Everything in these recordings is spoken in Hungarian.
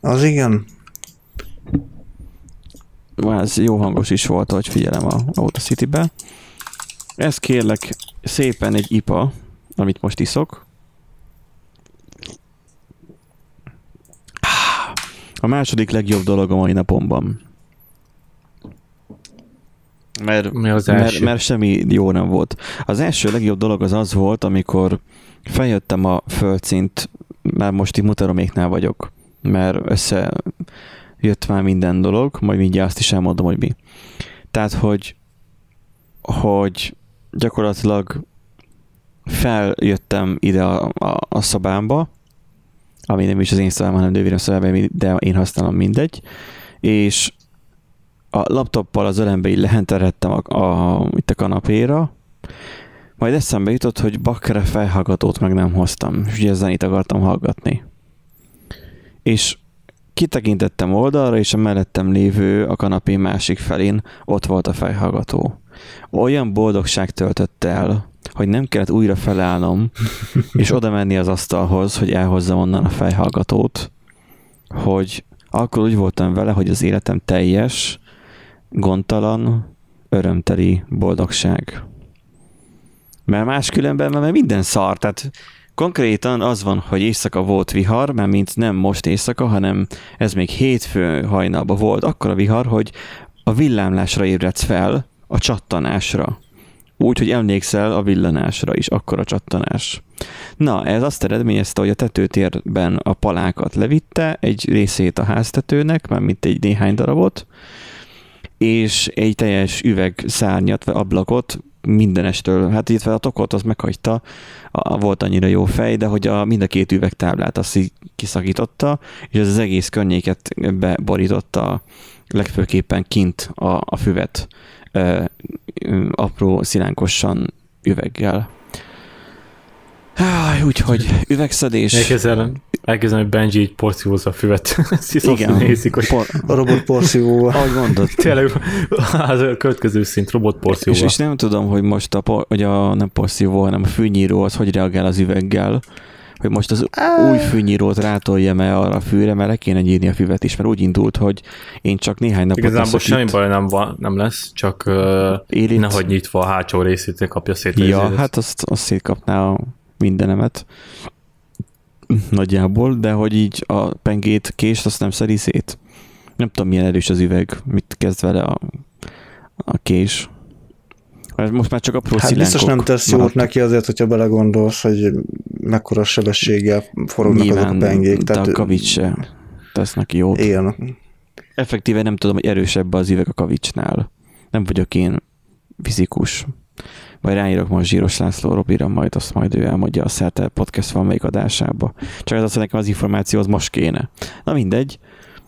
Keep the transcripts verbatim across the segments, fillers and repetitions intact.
Az igen. Ez jó hangos is volt, hogy figyelem a Audacity-be. Ez kérlek szépen egy i pé á, amit most iszok. A második legjobb dolog a mai napomban. Mert, Mi az mert, első? mert semmi jó nem volt. Az első legjobb dolog az az volt, amikor feljöttem a földszint, már most itt mutaroméknál vagyok, mert összejött már minden dolog, majd mindjárt azt is elmondom, hogy mi. Tehát, hogy, hogy gyakorlatilag feljöttem ide a, a, a szobámba, ami nem is az én szobám, hanem nővérem szobában, de én használom, mindegy, és a laptoppal az ölembe így lehenteredtem a, a, itt a kanapéra, majd eszembe jutott, hogy bakkere fejhallgatót meg nem hoztam, és ugye zenét akartam hallgatni. És kitekintettem oldalra, és a mellettem lévő a kanapé másik felén ott volt a fejhallgató. Olyan boldogság töltött el, hogy nem kellett újra felállnom, és oda menni az asztalhoz, hogy elhozzam onnan a fejhallgatót, hogy akkor úgy voltam vele, hogy az életem teljes, gondtalan, örömteli boldogság. Mert máskülönben mert minden szar, tehát konkrétan az van, hogy éjszaka volt vihar, mert mint nem most éjszaka, hanem ez még hétfő hajnalban volt, akkor a vihar, hogy a villámlásra ébredsz fel, a csattanásra. Úgy, hogy emlékszel a villanásra is, akkor a csattanás. Na, ez azt eredményezte, hogy a tetőtérben a palákat levitte, egy részét a háztetőnek, már mint egy néhány darabot, és egy teljes üvegszárnyat, vagy ablakot mindenestől, hát illetve a tokot az meghagyta, a, volt annyira jó fej, de hogy a, mind a két üvegtáblát azt így kiszakította, és ez az egész környéket beborította, legfőképpen kint a, a füvet ö, ö, apró szilánkosan üveggel. Úgyhogy üvegszedés. Elkezdem, elkezdem, hogy Benji így porciózza a füvet. Igen. Nézik, hogy Por- A robot porszívóval. ahogy mondod. tényleg az a következő szint robot porcióval. És, és nem tudom, hogy most a, por- hogy a nem porszívó, hanem a fűnyíró az hogy reagál az üveggel, hogy most az új fűnyírót rátoljem-e arra a fűre, mert le kéne nyírni a füvet is, mert úgy indult, hogy én csak néhány napot Igazából semmi itt. baj nem, van, nem lesz, csak uh, nehogy nyitva a hátsó részét, ne kapja szét. Ja, hát azt, azt szétkapná a mindenemet nagyjából, de hogy így a pengét, kést azt nem szedi szét. Nem tudom, milyen erős az üveg, mit kezd vele a, a kés. Most már csak apró Hát szilánkok biztos nem tesz jót maradtak. neki azért, hogyha belegondolsz, hogy mekkora sebességgel forognak Nyilván, azok a pengék. de Tehát a kavics se tesz neki jót. ilyen. Effektíve nem tudom, hogy erősebb az üveg a kavicsnál. Nem vagyok én fizikus. Majd ráírok most Zsíros László Robira, majd azt majd ő elmondja a Szerte Podcast valamelyik adásába. Csak az azt, hogy nekem az információ az most kéne. Na mindegy.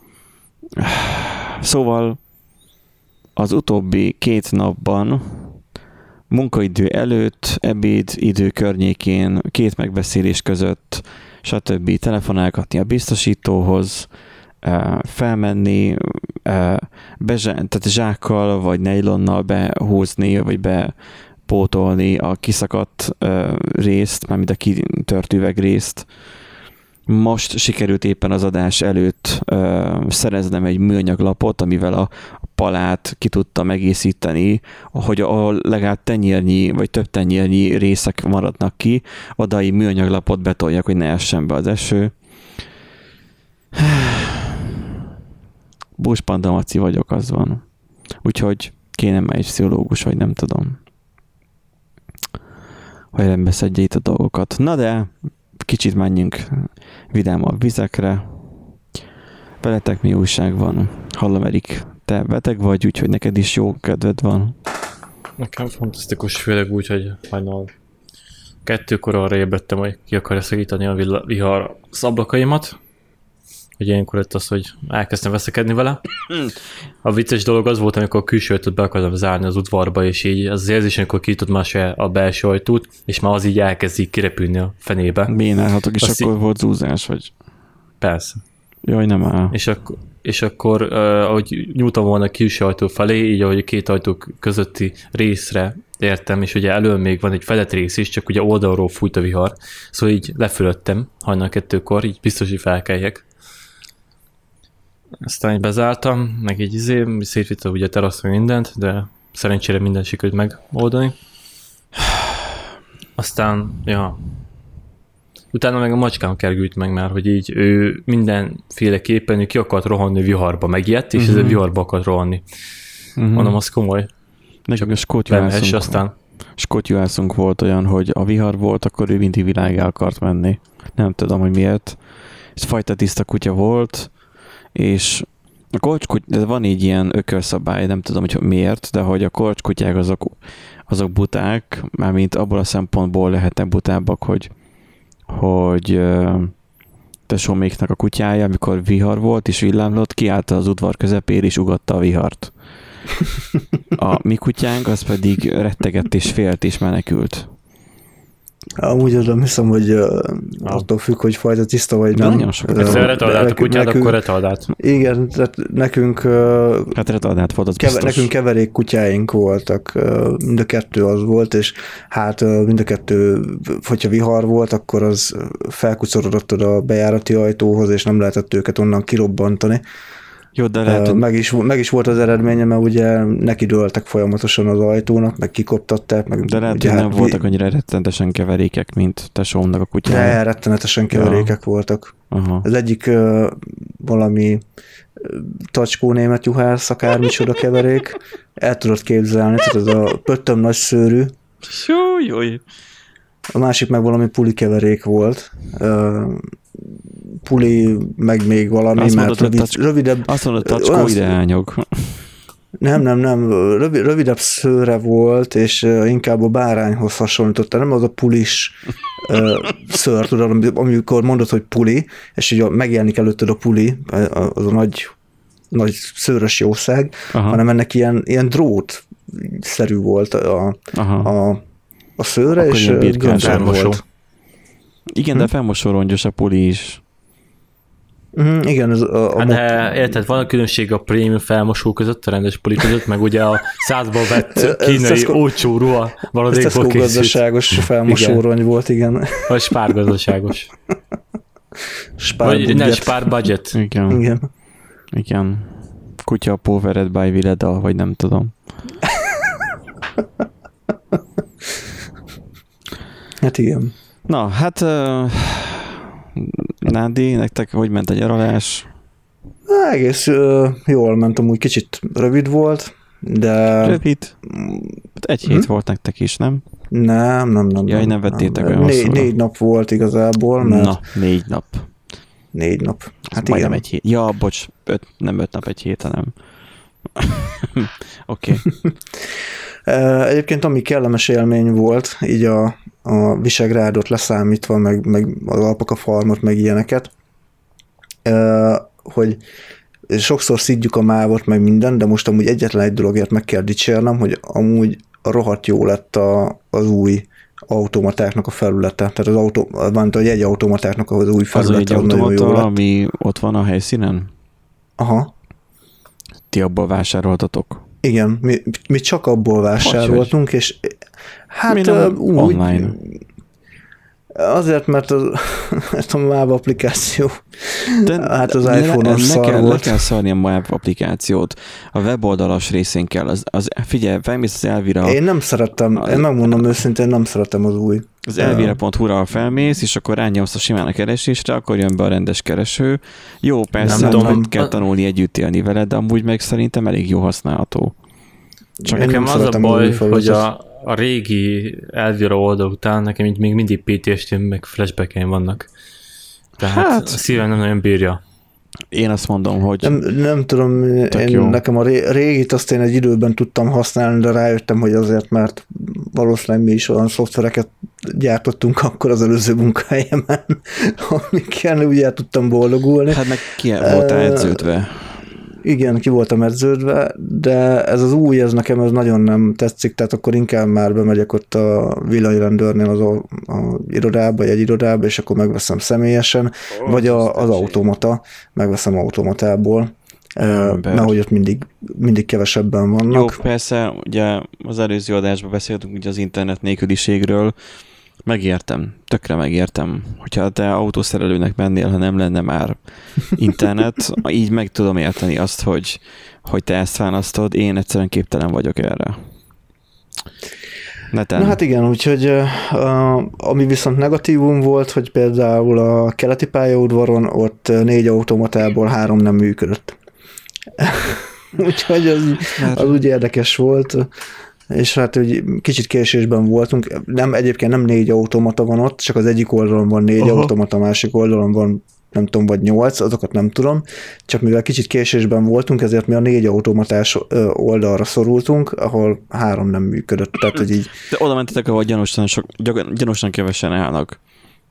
Szóval az utóbbi két napban munkaidő előtt, ebéd idő környékén, két megbeszélés között, stb. Telefonálgatni a biztosítóhoz, felmenni, bezsá, tehát zsákkal vagy nejlonnal behúzni, vagy bepótolni a kiszakadt részt, mármint a kitört üvegrészt. Most sikerült éppen az adás előtt szereznem egy műanyaglapot, amivel a palát ki tudtam egészíteni, hogy ahol legalább tenyérnyi, vagy több tenyérnyi részek maradnak ki, odaig műanyaglapot betoljak, hogy ne essen be az eső. Buspandamaci vagyok, az van. Úgyhogy kéne már egy pszichológus, vagy nem tudom. Hogy rendbe szedje itt a dolgokat. Na de, kicsit menjünk vidámabb vizekre. Veletek mi újság van? Hallom, Erik, te beteg vagy, úgyhogy neked is jó kedved van. Nekem fantasztikus, főleg úgy, hogy hajnal kettőkor arra ébredtem, hogy ki akarja szakítani a villa- vihar szablakaimat. Ugye ilyenkor lett az, hogy elkezdtem veszekedni vele. A vicces dolog az volt, amikor a külső ajtót be akartam zárni az udvarba, és így az, az érzés, amikor kinyitod már a belső ajtót, és már az így elkezd így kirepülni a fenébe. Bénálhatok, és Azt akkor í- volt zúzás, vagy... Persze. Jaj, nem áll. És akkor, és akkor uh, ahogy nyújtam volna a külső ajtó felé, így ahogy a két ajtók közötti részre értem, és ugye elől még van egy fedett rész is, csak ugye oldalról fújt a vihar, szóval így lefölöttem hajnal kettőkor, így biztos, hogy felkeljek. aztán így bezártam, meg egy izé, szétvitte ugye teraszra mindent, de szerencsére minden sikerült megoldani. Aztán, ja, utána meg a macskám kergült meg már, hogy így ő mindenféleképpen ő ki akart rohanni viharba, megijedt, és uh-huh. ez a viharba akart rohanni. Uh-huh. Mondom, az komoly. Nekünk a skótjuhászunk, aztán. skótjuhászunk volt olyan, hogy a vihar volt, akkor ő mindig világgá akart menni. Nem tudom, hogy miért. Ez fajta tiszta kutya volt, és a korcskutya, van így ilyen ökölszabály, nem tudom, hogy miért, de hogy a korcskutyák azok, azok buták, mármint abból a szempontból lehetnek butábbak, hogy, hogy tesóméknak a kutyája, amikor vihar volt és villámlott, kiállta az udvar közepére és ugatta a vihart. A mi kutyánk az pedig rettegett és félt és menekült. Amúgy nem hiszem, hogy uh, attól függ, hogy fajta tiszta vagy nem. Nagyon sokat. Ha retardált a kutyád, nekünk, akkor retardált. Igen, tehát nekünk uh, hát retardált volt, az keve, biztos. Nekünk keverék kutyáink voltak, uh, mind a kettő az volt, és hát uh, mind a kettő, hogyha vihar volt, akkor az felkucorodott oda a bejárati ajtóhoz, és nem lehetett őket onnan kirobbantani. Jó, de lehet, uh, meg, is, meg is volt az eredménye, mert ugye neki dőltek folyamatosan az ajtónak, meg kikoptatták. Meg de lehet, hogy hát nem vi... voltak annyira rettenetesen keverékek, mint tesómnak a kutyája. De rettenetesen keverékek ja. voltak. Aha. Az egyik uh, valami tacskó német juhász, akármicsoda keverék. El tudod képzelni, tehát az a pöttöm nagy szőrű. Júj, A másik meg valami puli keverék volt. Uh, puli, meg még valami, azt mert mondod, rövid, tacskó, rövidebb... Azt mondod, tacskó ideányok. Nem, nem, nem. Rövid, rövidebb szőre volt, és uh, inkább a bárányhoz hasonlította. Nem az a pulis uh, szőr, tudod, amikor mondod, hogy puli, és így megjelenik előtted a puli, az a nagy, nagy szőrös jószág, aha. hanem ennek ilyen, ilyen drót-szerű volt a, a, a szőre, akkor és gömbszer volt. Igen, hm? de felmosó rongyos a puli is. Mm, igen, ez a, a hát de érted, van a különbség a prémium felmosó között, a rendes puli között, meg ugye a százba vett kínai olcsó ruha maradékból készült. gazdaságos felmosórongy volt, igen. Vagy spárgazdaságos. Spár Vagy budget. nem, spár budget. Igen. Igen. Igen. Kutya powered by Vileda, vagy nem tudom. Hát igen. Na, hát uh, Nádi, nektek hogy ment a nyaralás? Egész uh, jól ment, amúgy kicsit rövid volt, de... Rövid? Egy hét hm? volt nektek is, nem? Nem, nem, nem. Jaj, nem vettétek olyan négy, négy nap volt igazából, mert... Na, négy nap. Négy nap. Hát majdnem igen. Egy hét. Ja, bocs, öt, nem öt nap, egy hét, hanem... Oké. Okay. Egyébként ami kellemes élmény volt, így a, a Visegrádot leszámítva, meg, meg az Alpaka farmot, meg ilyeneket, hogy sokszor szidjuk a mávot, meg minden, de most amúgy egyetlen egy dologért meg kell dicsérnem, hogy amúgy rohadt jó lett a, az új automatáknak a felülete. Tehát az autó, van a jegyautomatáknak az új felülete. Az egy automata, ami ott van a helyszínen? Aha. Ti abból vásároltatok? Igen, mi, mi csak abból vásároltunk, és hát uh, úgy... Online? Azért, mert az, mert a MÁV applikáció, de, hát az iPhone-on szar kell, volt. Le kell szarni a MÁV applikációt. A weboldalas részén kell. Az, az, figyelj, felmész az Elvira... Én nem szeretem, az, én megmondom őszintén, nem szeretem az új. Az elvira pont hu-ra felmész, és akkor rányomsz a simán a keresésre, akkor jön be a rendes kereső. Jó, persze, nem, nem kell tanulni együtt élni veled, de amúgy meg szerintem elég jó használható. Csak nekem az a baj, hogy a, a régi Elvira oldal után nekem így még mindig pé té es té meg flashback-eim vannak. Tehát hát, a szívem nem nagyon bírja. Én azt mondom, hogy... Nem, nem tudom, én, nekem a régit azt én egy időben tudtam használni, de rájöttem, hogy azért, mert valószínűleg mi is olyan szoftvereket gyártottunk akkor az előző munkahelyemen, amikkel úgy el tudtam boldogulni. Hát meg ki voltál edződve. Igen, ki voltam edződve, de ez az új, ez nekem ez nagyon nem tetszik, tehát akkor inkább már bemegyek ott a villanyrendőrnél az a, a irodába, egy irodába, és akkor megveszem személyesen, oh, vagy a, az automata, megveszem automatából, mert hogy ott mindig, mindig kevesebben vannak. Jó, persze, ugye az előző adásban beszéltünk ugye az internet nélküliségről, Megértem, tökre megértem. Hogyha te autószerelőnek mennél, ha nem lenne már internet, így meg tudom érteni azt, hogy, hogy te ezt választod, én egyszerűen képtelen vagyok erre. Neten. Na hát igen, úgyhogy uh, ami viszont negatívum volt, hogy például a keleti pályaudvaron ott négy automatából három nem működött. Úgyhogy az, az úgy érdekes volt, és hát hogy kicsit késésben voltunk. Nem, egyébként nem négy automata van ott, csak az egyik oldalon van négy Aha. automata, a másik oldalon van nem tudom, vagy nyolc, azokat nem tudom, csak mivel kicsit késésben voltunk, ezért mi a négy automatás oldalra szorultunk, ahol három nem működött. Tehát, hogy így... De oda mentetek, ahol gyanúsan, sok, gyanúsan kevesen állnak.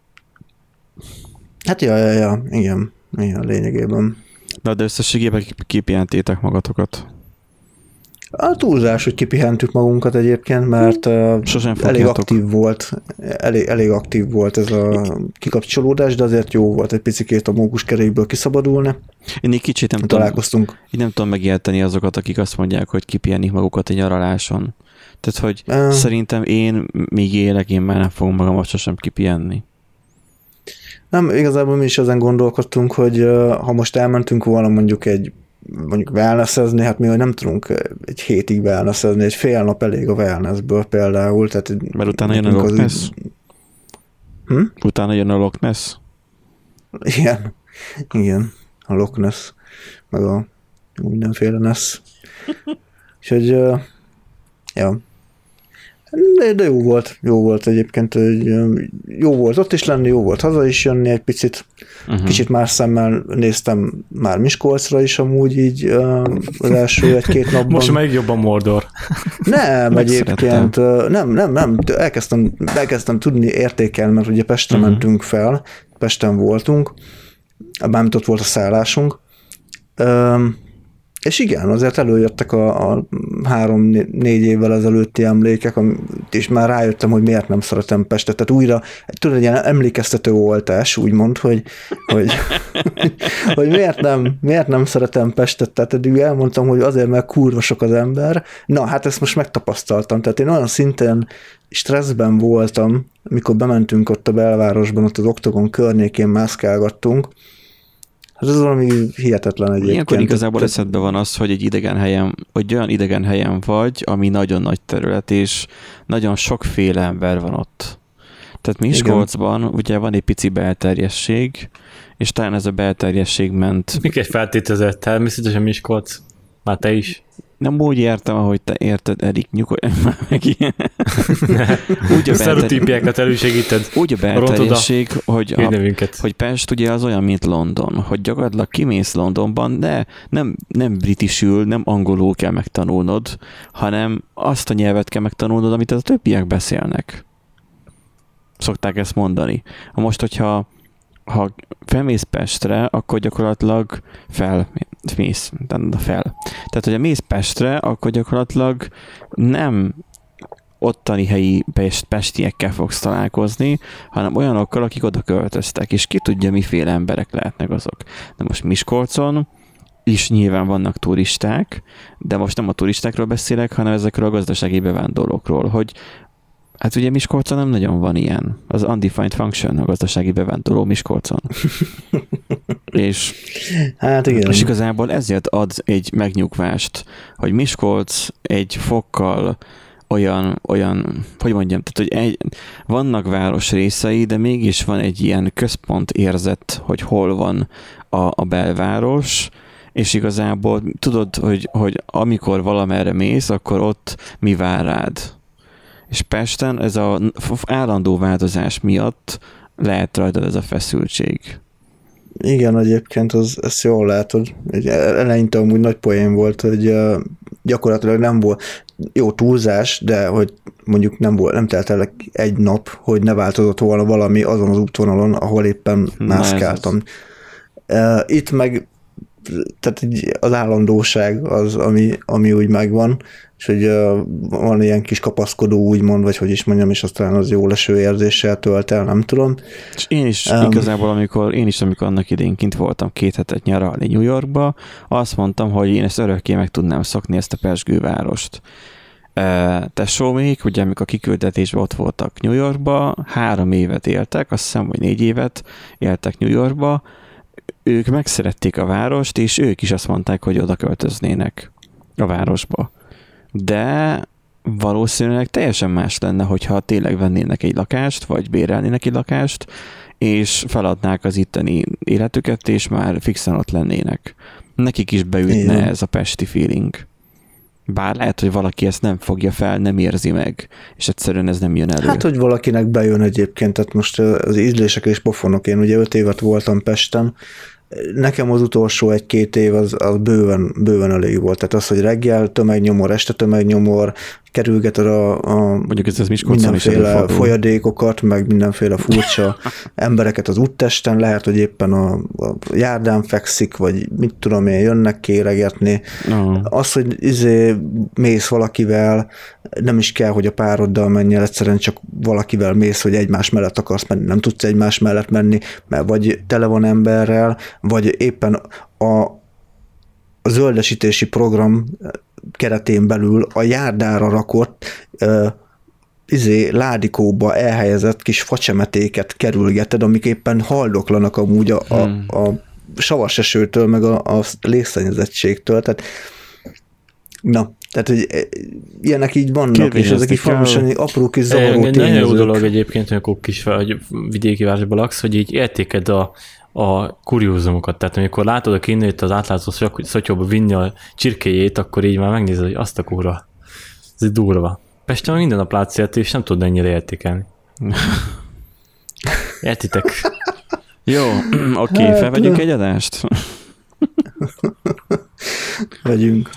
Hát ja, ja, ja, igen, igen, lényegében. De, de összességében kipihentétek magatokat. A túlzás, hogy kipihentük magunkat egyébként, mert uh, elég aktív volt, elég, elég aktív volt ez a kikapcsolódás, de azért jó volt egy picikét a mókuskerékből kiszabadulni. Én egy kicsit nem találkoztunk. Tudom, így nem tudom megérteni azokat, akik azt mondják, hogy kipihenik magukat egy nyaraláson. Tehát, hogy uh, szerintem én még élek, én már nem fogom magamat sosem kipihenni. Nem, igazából mi is ezen gondolkodtunk, hogy uh, ha most elmentünk volna mondjuk egy mondjuk wellnessezni, hát mi nem tudunk egy hétig wellnessezni, egy fél nap elég a wellnessből például. Tehát mert utána jön a Loch Ness? Hm? Utána jön a Loch Ness? Igen, igen, a Loch Ness, meg a mindenféle Ness. Úgyhogy, uh, ja. De, de jó volt, jó volt egyébként, hogy jó volt ott is lenni, jó volt haza is jönni egy picit. Uh-huh. Kicsit más szemmel néztem már Miskolcra is amúgy így az első egy-két napban. Most meg jobb a Mordor. Nem, egyébként, nem, nem, nem, elkezdtem, elkezdtem tudni értékelni, mert ugye Pestre uh-huh. mentünk fel, Pesten voltunk, bármint ott volt a szállásunk, és igen, azért előjöttek a, a három-négy évvel ezelőtti emlékek, és már rájöttem, hogy miért nem szeretem Pestet. Tehát újra, tudod, egy ilyen emlékeztető oltás, úgymond, hogy, hogy, hogy miért, nem, miért nem szeretem Pestet. Tehát eddig elmondtam, hogy azért, mert kurva sok az ember. Na, hát ezt most megtapasztaltam. Tehát én olyan szinten stresszben voltam, amikor bementünk ott a belvárosban, ott az Oktogon környékén mászkálgattunk. Hát ez valami hihetetlen egyébként. Ilyenkor igazából eszedbe van az, hogy egy idegen helyen, hogy olyan idegen helyen vagy, ami nagyon nagy terület, és nagyon sokféle ember van ott. Tehát Miskolcban ugye van egy pici belterjesség, és talán ez a belterjesség ment... Mik egy feltételezett, természetesen Miskolc, már te is. Nem úgy értem, ahogy te érted, Erik, nyugodj már meg ilyen. Úgy a sztereotípiákat elősegíted. Úgy a belterjesség, hogy, a, hogy Pest ugye az olyan, mint London, hogy gyakorlatilag kimész Londonban, de nem, nem britisül, nem angolul kell megtanulnod, hanem azt a nyelvet kell megtanulnod, amit a többiek beszélnek. Szokták ezt mondani. Ha most, hogyha ha felmész Pestre, akkor gyakorlatilag fel, mész, fel. Tehát, hogy a mész Pestre, akkor gyakorlatilag nem ottani helyi pest, pestiekkel fogsz találkozni, hanem olyanokkal, akik oda költöztek, és ki tudja, miféle emberek lehetnek azok. De most Miskolcon is nyilván vannak turisták, de most nem a turistákról beszélek, hanem ezekről a gazdasági bevándorlókról, hogy hát ugye Miskolcon nem nagyon van ilyen. Az undefined function, a gazdasági bevándorló Miskolcon. és, hát igen. és igazából ezért ad egy megnyugvást, hogy Miskolc egy fokkal olyan, olyan, hogy mondjam, tehát hogy egy, vannak városrészei, de mégis van egy ilyen központ érzet, hogy hol van a, a belváros, és igazából tudod, hogy, hogy amikor valamerre mész, akkor ott mi vár rád. És Pesten ez az állandó változás miatt lehet rajtad ez a feszültség. Igen, egyébként az, ezt jól látod. Eleinte amúgy nagy poén volt, hogy gyakorlatilag nem volt jó túlzás, de hogy mondjuk nem volt, nem telt el egy nap, hogy ne változott volna valami azon az útvonalon, ahol éppen mászkáltam. Itt meg tehát az állandóság az, ami, ami úgy megvan, és hogy uh, van ilyen kis kapaszkodó úgymond, vagy hogy is mondjam, és aztán az jó leső érzéssel tölt el, nem tudom. És én is um, igazából, amikor én is, amikor annak idén kint voltam két hetet nyaralni New Yorkba, azt mondtam, hogy én ezt örökké meg tudnám szokni, ezt a pezsgő várost. tesómék, ugye amikor kiküldetésben ott voltak New Yorkba, három évet éltek, azt hiszem, hogy négy évet éltek New Yorkba, ők megszerették a várost, és ők is azt mondták, hogy oda költöznének a városba. De valószínűleg teljesen más lenne, hogyha tényleg vennének egy lakást, vagy bérelnének egy lakást, és feladnák az itteni életüket, és már fixen ott lennének. Nekik is beütne Igen. ez a pesti feeling. Bár lehet, hogy valaki ezt nem fogja fel, nem érzi meg, és egyszerűen ez nem jön elő. Hát, hogy valakinek bejön egyébként, tehát most az ízlések és pofonok, én ugye öt évet voltam Pesten, nekem az utolsó egy-két év az, az bőven, bőven elég volt. Tehát az, hogy reggel tömegnyomor, este tömegnyomor, kerülgeted a, a Mondjuk ez, ez mindenféle folyadékokat, meg mindenféle furcsa embereket az úttesten, lehet, hogy éppen a, a járdán fekszik, vagy mit tudom én, jönnek kéregetni. Uh-huh. Az, hogy izé mész valakivel, nem is kell, hogy a pároddal menjél, egyszerűen csak valakivel mész, hogy egymás mellett akarsz menni, nem tudsz egymás mellett menni, mert vagy tele van emberrel, vagy éppen a, a zöldesítési program keretén belül a járdára rakott uh, izé, ládikóba elhelyezett kis facsemetéket kerülgeted, amik éppen haldoklanak amúgy a, hmm. a, a savasesőtől, meg a, a légszennyezettségtől. Tehát, na, tehát, hogy ilyenek így vannak, Kérdés, és ezek így fontosan apró kis zavaró tényezők. Nagyon jó dolog egyébként, amikor kis vagy vidéki városban laksz, hogy így értéked a a kuriózumokat. Tehát amikor látod a kínét az átlátszó szotyóba vinni a csirkéjét, akkor így már megnézed, hogy azt a kurva. Ez egy durva. Pesten minden nap látsz ilyet, és nem tudod ennyire értékelni. Értitek? Jó, oké, okay, felvegyünk egy adást? Vegyünk.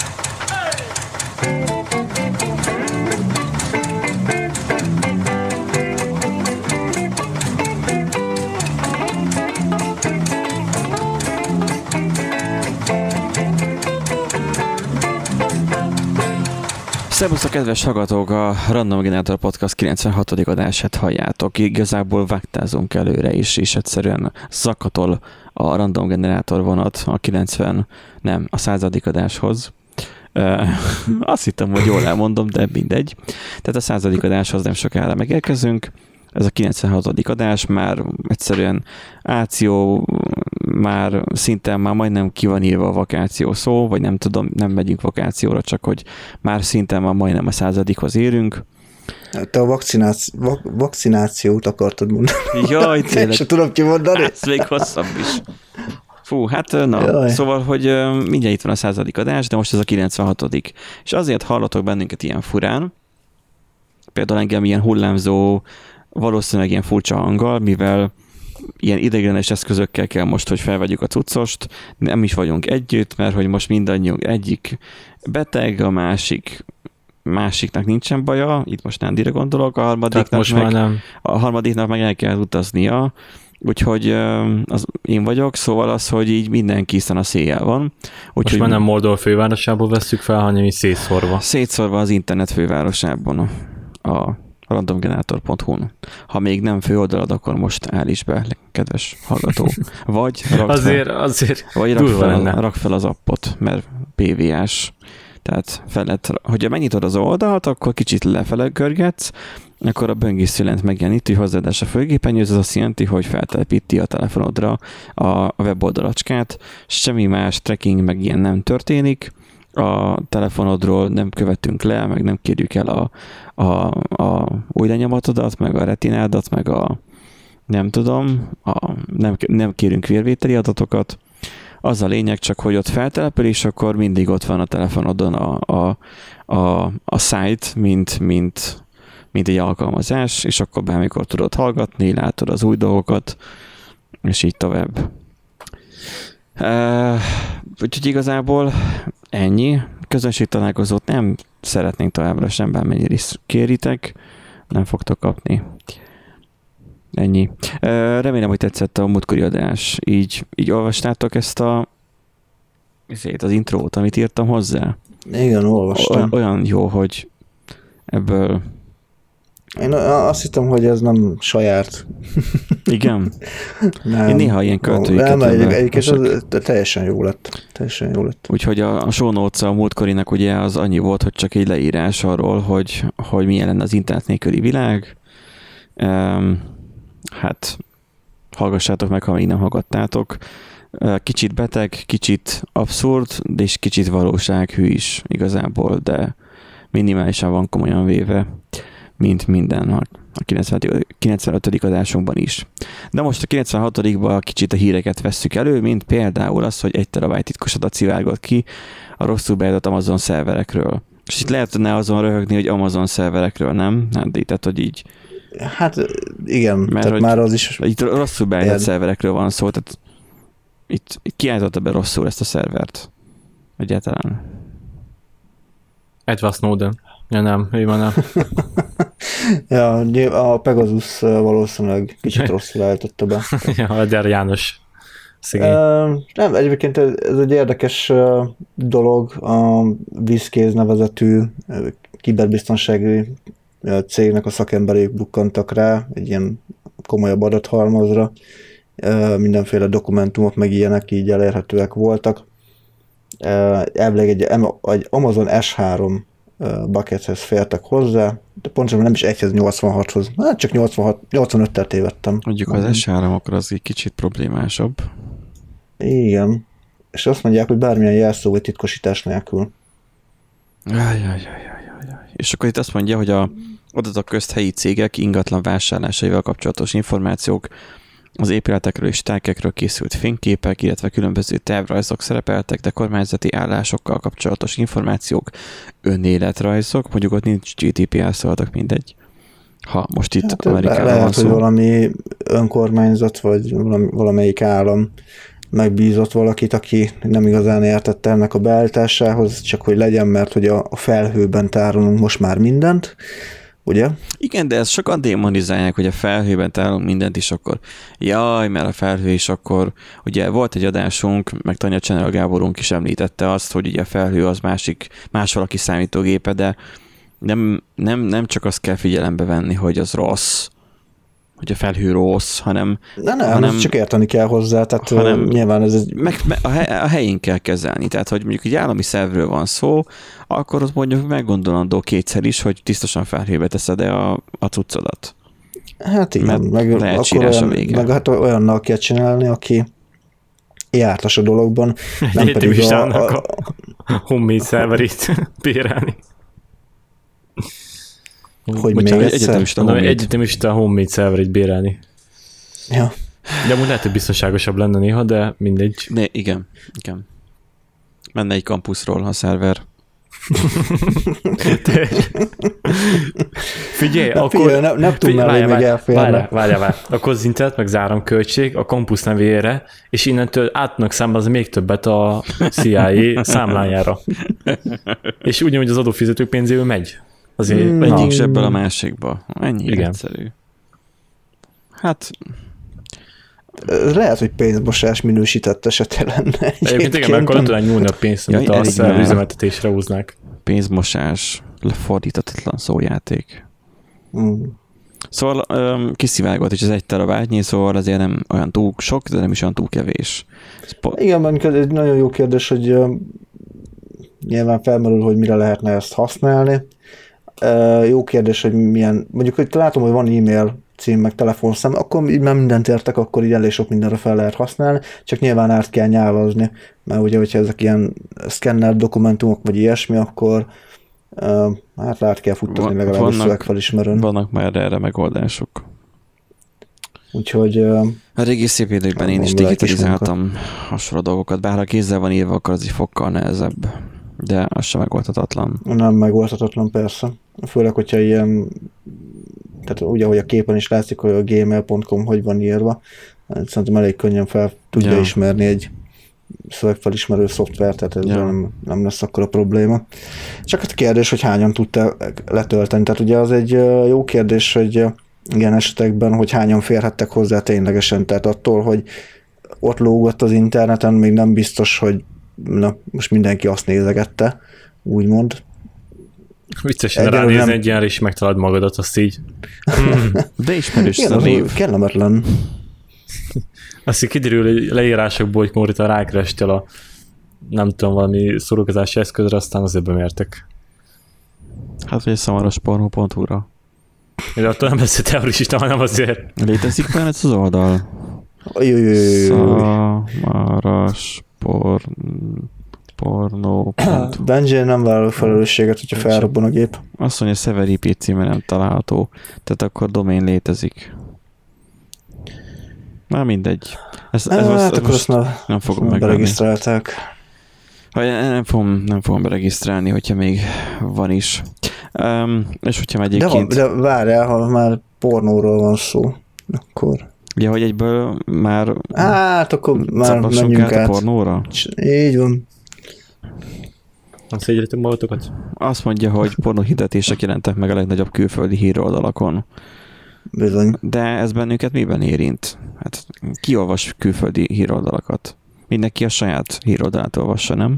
Szervusztok, kedves hallgatók! A Random Generator Podcast kilencvenhatodik adását halljátok. Igazából vágtázunk előre is, és egyszerűen zakatol a Random Generator vonat a kilencven, nem, a századik adáshoz. Uh, azt hittem, hogy jól elmondom, de mindegy. Tehát a századik adáshoz nem sokára megérkezünk. Ez a kilencvenhatodik adás, már egyszerűen áció, már szinte már majdnem ki van írva a vakáció szó, vagy nem tudom, nem megyünk vakációra, csak hogy már szinte már majdnem a századikhoz érünk. Te a vakcináci- vak- vakcinációt akartad mondani. Jaj, tényleg. És tudom kimondani. Ez még hosszabb is. Fú, hát na, Jaj. Szóval, hogy mindjárt itt van a századik adás, de most ez a kilencvenhatodik. És azért hallatok bennünket ilyen furán, például engem ilyen hullámzó, valószínűleg ilyen furcsa hanggal, mivel ilyen ideiglenes eszközökkel kell most, hogy felvegyük a cuccost, nem is vagyunk együtt, mert hogy most mindannyiunk egyik beteg, a másik másiknak nincsen baja, itt most Nándira gondolok, a harmadiknak, most meg, már nem. a harmadiknak meg el kell utaznia, úgyhogy az én vagyok, szóval az, hogy így mindenki hiszen a széjjel van. Úgy, most már nem Mordor fővárosából vesszük fel, hanem így szétszórva. Szétszórva az internet fővárosában a, a randomgenerator pont hu-n. Ha még nem főoldalad, akkor most állíts be, kedves hallgató. Vagy rakd azért, fel, azért vagy rak fel, rak fel az appot, mert pé vé es. Tehát felett, hogyha megnyitod az oldalt, akkor kicsit lefele görgetsz, akkor a böngésző lent megjelenít, hogy hozzáadás a főképernyőhöz, az azt jelenti, hogy feltelepíti a telefonodra a weboldalacskát, semmi más tracking meg ilyen nem történik, a telefonodról nem követünk le, meg nem kérjük el a, a, a új lenyomatodat, meg a retinádat, meg a nem tudom, a, nem, nem kérünk vérvételi adatokat. Az a lényeg csak, hogy ott feltelepül, és akkor mindig ott van a telefonodon a, a, a, a site, mint, mint, mint egy alkalmazás, és akkor bármikor tudod hallgatni, látod az új dolgokat, és így tovább. Uh, úgyhogy igazából ennyi. Közönségtalálkozót nem szeretnénk továbbra sem, bármennyire is kéritek, nem fogtok kapni. Ennyi. Uh, remélem, hogy tetszett a múltkori adás. Így, így olvastátok ezt a az intrót, amit írtam hozzá? Igen, olvastam. Olyan jó, hogy ebből Én azt hittem, hogy ez nem saját. Igen? Nem. Én néha ilyen költőiket Nem, egy, egyébként az teljesen jó lett. Teljesen jó lett. Úgyhogy a, a show notes a múltkorinak ugye az annyi volt, hogy csak egy leírás arról, hogy, hogy milyen lenne az internet nélküli világ. Um, hát hallgassátok meg, ha még nem hallgattátok. Kicsit beteg, kicsit abszurd, de és kicsit valósághű is igazából, de minimálisan van komolyan véve, mint minden a kilencvenötödik adásunkban is. De most a kilencvenhatodikban kicsit a híreket vesszük elő, mint például az, hogy egy terabyte titkos adat szivárgott ki a rosszul beadott Amazon szerverekről. És itt lehetne azon röhögni, hogy Amazon szerverekről, nem? Hát, tehát, hogy így. Hát igen, mert tehát már az is. Itt rosszul beadott szerverekről van szó, tehát itt, itt kiállította be rosszul ezt a szervert. Egyáltalán. Edward Snowden. Ja nem, ő már nem. Ja, a Pegasus valószínűleg kicsit rosszul állította be. Ja, Adjár János. Szegény. Uh, nem, egyébként ez egy érdekes dolog. A Vízkéz nevezetű kiberbiztonsági cégnek a szakemberék bukkantak rá egy ilyen komolyabb adathalmazra. Mindenféle dokumentumok meg ilyenek így elérhetőek voltak. Elvileg egy, egy Amazon es három buckethez fértek hozzá, de pontosan nem is egyhez nyolcvanhathoz. Hát csak nyolcvanhat, nyolcvanöttel tévedtem. Mondjuk az es három akkor az egy kicsit problémásabb. Igen. És azt mondják, hogy bármilyen jelszó vagy titkosítás nélkül. Ajajajajajaj. És akkor itt azt mondja, hogy a adatok közt helyi cégek ingatlan vásárlásaival kapcsolatos információk, az épületekről és tárgyakról készült fényképek, illetve különböző tervrajzok szerepeltek, de kormányzati állásokkal kapcsolatos információk, önéletrajzok, mondjuk ott nincs gé dé pé er, szóltak mindegy. Ha most itt hát, Amerikában lehet, van szó. hogy valami önkormányzat, vagy valami, valamelyik állam megbízott valakit, aki nem igazán értette ennek a beállításához, csak hogy legyen, mert hogy a, a felhőben tárolunk most már mindent, ugye? Igen, de ezt sokan démonizálják, hogy a felhőben tárolunk mindent is, akkor jaj, mert a felhő is akkor, ugye volt egy adásunk, meg Tanya Csenel Gáborunk is említette azt, hogy ugye a felhő az másik, más valaki számítógépe, de nem, nem, nem csak azt kell figyelembe venni, hogy az rossz, hogy a felhő rossz, hanem... De nem, hanem, csak érteni kell hozzá, tehát hanem, nyilván ez egy... Meg, meg a, hely, a helyén kell kezelni, tehát hogy mondjuk egy állami szervről van szó, akkor ott mondjuk meggondolandó kétszer is, hogy tisztosan felhőbe teszed-e a, a cuccodat. Hát igen, mert meg, akkor olyan, meg hát olyannal kell csinálni, aki jártas a dologban, nem pedig a... a, a homemade szerverét bérelni. Hogy még egyszer? Egyetemista, no, egyetemista homemade szerverét bérelni. Ja. De amúgy lehet, hogy biztonságosabb lenne néha, de mindegy. Ne, igen, igen. Menne egy kampuszról a szerver. Figyelj, Na, akkor... Figyelj, nem, nem tudnál még elférni. Várjál, várjál, várjál. Akkor az internet, meg záram költség a kampusz nevére, és innentől át tudnak számlázni még többet a cé i á számlájára. És ugyanúgy az adófizetők pénzéből megy. Azért hmm, egyik zsebből a másikba. Ennyi igen. Egyszerű. Hát... Lehet, hogy pénzmosás minősített esete lenne. Egyébként igen, mert akkor le tudnánk nyúlni a pénzt, amit ja, a szervüzemeltetésre húznák. Pénzmosás, lefordítatatlan szójáték. Mm. Szóval um, kiszivárgott is az egy terabájtnyi, szóval azért nem olyan túl sok, de nem is olyan túl kevés. Spo- igen, mert ez egy nagyon jó kérdés, hogy uh, nyilván felmerül, hogy mire lehetne ezt használni. Uh, jó kérdés, hogy milyen, mondjuk, hogy látom, hogy van e-mail cím, meg telefonszám, akkor így már mindent értek, akkor így elég sok mindenre fel lehet használni, csak nyilván át kell nyálazni, mert ugye, hogyha ezek ilyen szkenner dokumentumok, vagy ilyesmi, akkor uh, hát át kell futtatni legalább a szövegfelismerőn. Vannak már erre megoldások. Úgyhogy... Uh, a régi szép időkben én is digitalizáltam hasonló dolgokat, bár ha kézzel van írva, akkor az egy fokkal nehezebb, de az sem megoldhatatlan. Nem megoldhatatlan, persze. Főleg, hogyha ilyen, tehát ugye, hogy a képen is látszik, hogy a gmail pont com hogy van írva, szerintem elég könnyen fel tudja ja. ismerni egy szövegfelismerő szoftver, tehát ez ja. nem, nem lesz akkor a probléma. Csak hát a kérdés, hogy hányan tudta letölteni. Tehát ugye az egy jó kérdés, hogy ilyen esetekben, hogy hányan férhettek hozzá ténylegesen. Tehát attól, hogy ott lógott az interneten, még nem biztos, hogy na, most mindenki azt nézegette, úgymond. Viccesen Egyelőre ránézni nem- egy ilyenre, és megtalálod magadat, azt így. De ismerős ez Igen, a az név. kellemetlen. Azt így kiderül hogy leírásokból, hogy konkrétan rákerestél a nem tudom, valami szórakozási eszközre, aztán azért bemértek. Hát, vagy szamarospornó pont hu-ra. De attól nem lesz terrorista, hanem azért. Létezik olyan ez az oldal? Jaj, Szamarospornó pont hu. Benji nem vállal felelősséget, hogyha felrobban a gép. Azt mondja, Sever i pé címe nem található. Tehát akkor domain létezik. Na mindegy. Ez, ez, Ez, ez, hát ez akkor azt most már nem fogom már megvenni. beregisztrálták. Ha nem fogom, nem fogom beregisztrálni, hogyha még van is. Um, és hogyha De, van, egyébként... de várjál, ha már pornóról van szó, akkor... Ja, hogy egyből már... Hát, akkor már capassunk menjünk át a át. pornóra? Így van. Nem szégyeljétek magatokat? Azt mondja, hogy pornóhirdetések jelentek meg a legnagyobb külföldi híroldalakon. Bizony. De ez bennünket miben érint? Hát ki olvas külföldi híroldalakat? Mindenki a saját híroldalát olvassa, nem?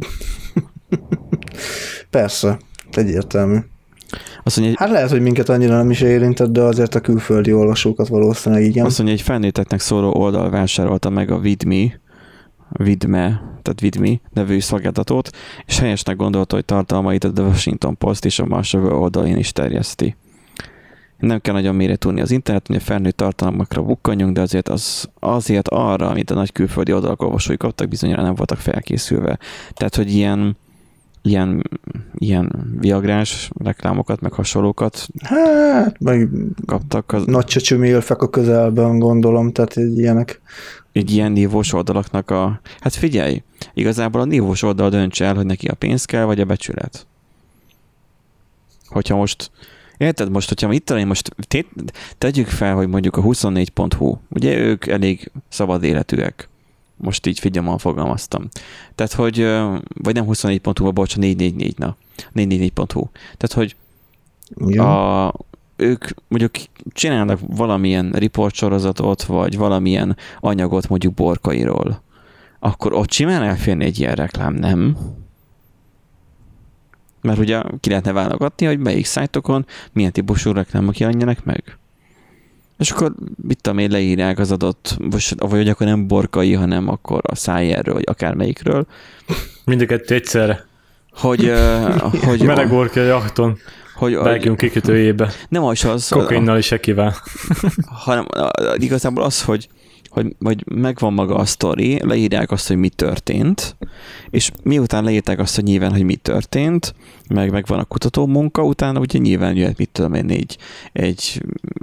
Persze, egyértelmű. Azt mondja, Hát lehet, hogy minket annyira nem is érintett, de azért a külföldi olvasókat valószínűleg igen. azt mondja, egy felnőtteknek szóló oldal vásárolta meg a Vidme, Vidme, tehát Vidme nevű szolgáltatót, és helyesnek gondolta, hogy tartalmait a The Washington Post és a Mashable oldalén is terjeszti. Nem kell nagyon mélyre tudni az interneten, hogy a felnőtt tartalmakra bukkanjunk, de azért, az, azért arra, amit a nagy külföldi oldalak olvasói kaptak, bizonyára nem voltak felkészülve. Tehát, hogy ilyen, ilyen, ilyen viagrás reklámokat, meg hasonlókat Hát, meg kaptak az, nagy csöcsömélfek a közelben, gondolom, tehát így ilyenek. egy ilyen nívós oldalaknak a... Hát figyelj, igazából a nívós oldal döntse el, hogy neki a pénz kell, vagy a becsület. Hogyha most... Érted most, hogyha itt talán most té- tegyük fel, hogy mondjuk a huszonnégy pont hu, ugye ők elég szabad életűek. Most így figyelmel fogalmaztam. Tehát, hogy, vagy nem huszonnégy pont hu, bocs, négy négy négy, na, négy négy négy pont hu. Tehát, hogy Igen. a, ők mondjuk csinálnak valamilyen riportsorozatot, vagy valamilyen anyagot mondjuk Borkairól, akkor ott simán elférni egy ilyen reklám, nem? Mert ugye ki lehetne válogatni, hogy melyik szájtokon milyen típusú reklámok jelenjenek meg. És akkor mit tudom én, leírják az adott, vagy hogy akkor nem Borkai, hanem akkor a Szájerről, vagy akármelyikről. Mind a kettő egyszerre. Hogy, uh, hogy, Meleg orki a jachton, hogy, Belgium kikötőjébe. nem az az, Kokainnal is ekivel. hanem igazából az, hogy hogy, hogy megvan maga a sztori, leírják azt, hogy mi történt, és miután leírták azt, hogy nyilván, hogy mi történt, meg megvan a kutató munka, utána ugye nyilván jöhet, mit tudom én, egy, egy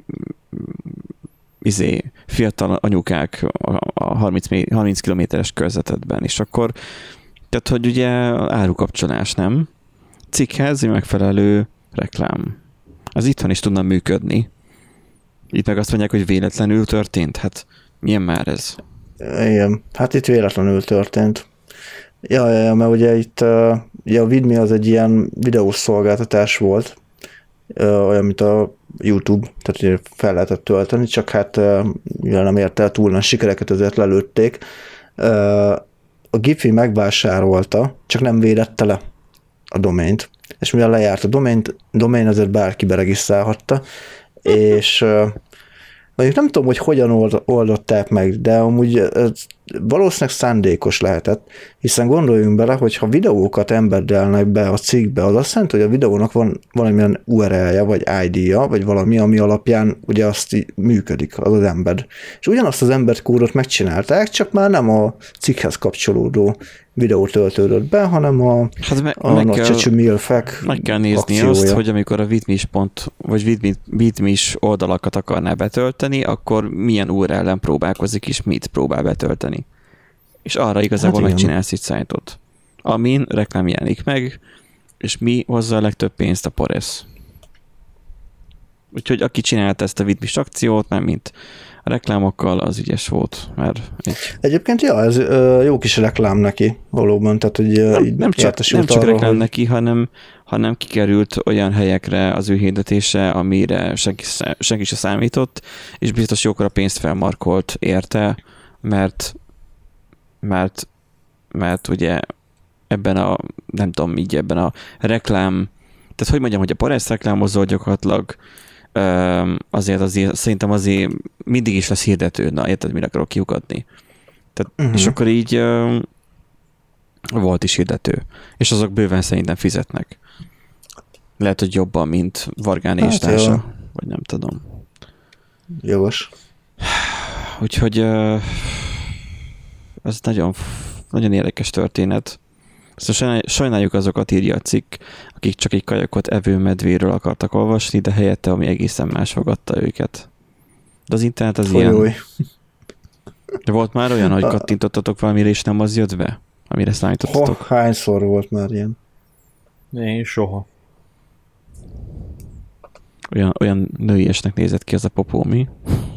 izé, fiatal anyukák a, a harminc, harminc kilométeres körzetedben, és akkor, tehát, hogy ugye árukapcsolás, nem? Cikkhez megfelelő reklám. Az itthon is tudna működni. Itt meg azt mondják, hogy véletlenül történt, hát milyen már ez? Igen, hát itt véletlenül történt. Ja, ja, ja, mert ugye itt uh, ugye a Vidme az egy ilyen videós szolgáltatás volt, uh, olyan, mint a YouTube, tehát ugye fel lehetett tölteni, csak hát uh, mivel nem ért el túl nagy sikereket, ezért lelőtték. Uh, a Giphy megvásárolta, csak nem védette le a domaint, és mivel lejárt a domaint, domain azért bárki beregisztrálhatta, és uh, mondjuk nem tudom, hogy hogyan old, oldották meg, de amúgy ez valószínűleg szándékos lehetett, hiszen gondoljunk bele, hogy ha videókat embeddelnek be a cikkbe, az azt jelenti, hogy a videónak van valamilyen u er el-je, vagy i dé-ja, vagy valami, ami alapján ugye azt így működik, az az embed. És ugyanazt az embed kódot megcsinálták, csak már nem a cikkhez kapcsolódó videó töltődött be, hanem a, hát me- a meg nagy kell, csöcsű milfek meg kell nézni akciója. azt, hogy amikor a Vidmis pont, vagy Vidmis oldalakat akarná betölteni, akkor milyen u er el-en próbálkozik, és mit próbál betölteni. És arra igazából hát megcsinálsz egy szájtot, amin reklám jelenik meg, és mi hozza a legtöbb pénzt? A Poresz. Úgyhogy aki csinálta ezt a Vidmis akciót, nem mint a reklámokkal, az ügyes volt. Mert egy... Egyébként, ja, ez ö, jó kis reklám neki valóban, tehát hogy nem, így nem csak, nem csak arról, reklám hogy... neki, hanem, hanem kikerült olyan helyekre az ő hirdetése, amire senki, senki se számított, és biztos jókora pénzt felmarkolt érte, mert mert, mert ugye ebben a, nem tudom, így ebben a reklám Tehát hogy mondjam, hogy a Parex reklámozol gyakorlatilag azért, azért szerintem azért mindig is lesz hirdető, na érted, mire akarok kiukadni. Tehát, uh-huh. És akkor így volt is hirdető. És azok bőven szerintem fizetnek. Lehet, hogy jobban, mint Vargán és társa. Jó. Vagy nem tudom. Jogos. Úgyhogy ez nagyon, nagyon érdekes történet. Szóval sajnáljuk azokat, írja a cikk, akik csak egy kajakot evő medvéről akartak olvasni, de helyette, ami egészen más fogadta őket. De az internet az Folyói. Ilyen. De volt már olyan, hogy kattintottatok valamire, és nem az jött be? Amire számítottatok? Oh, hányszor volt már ilyen? Én soha. Olyan, olyan nőiesnek nézett ki az a popó, mi?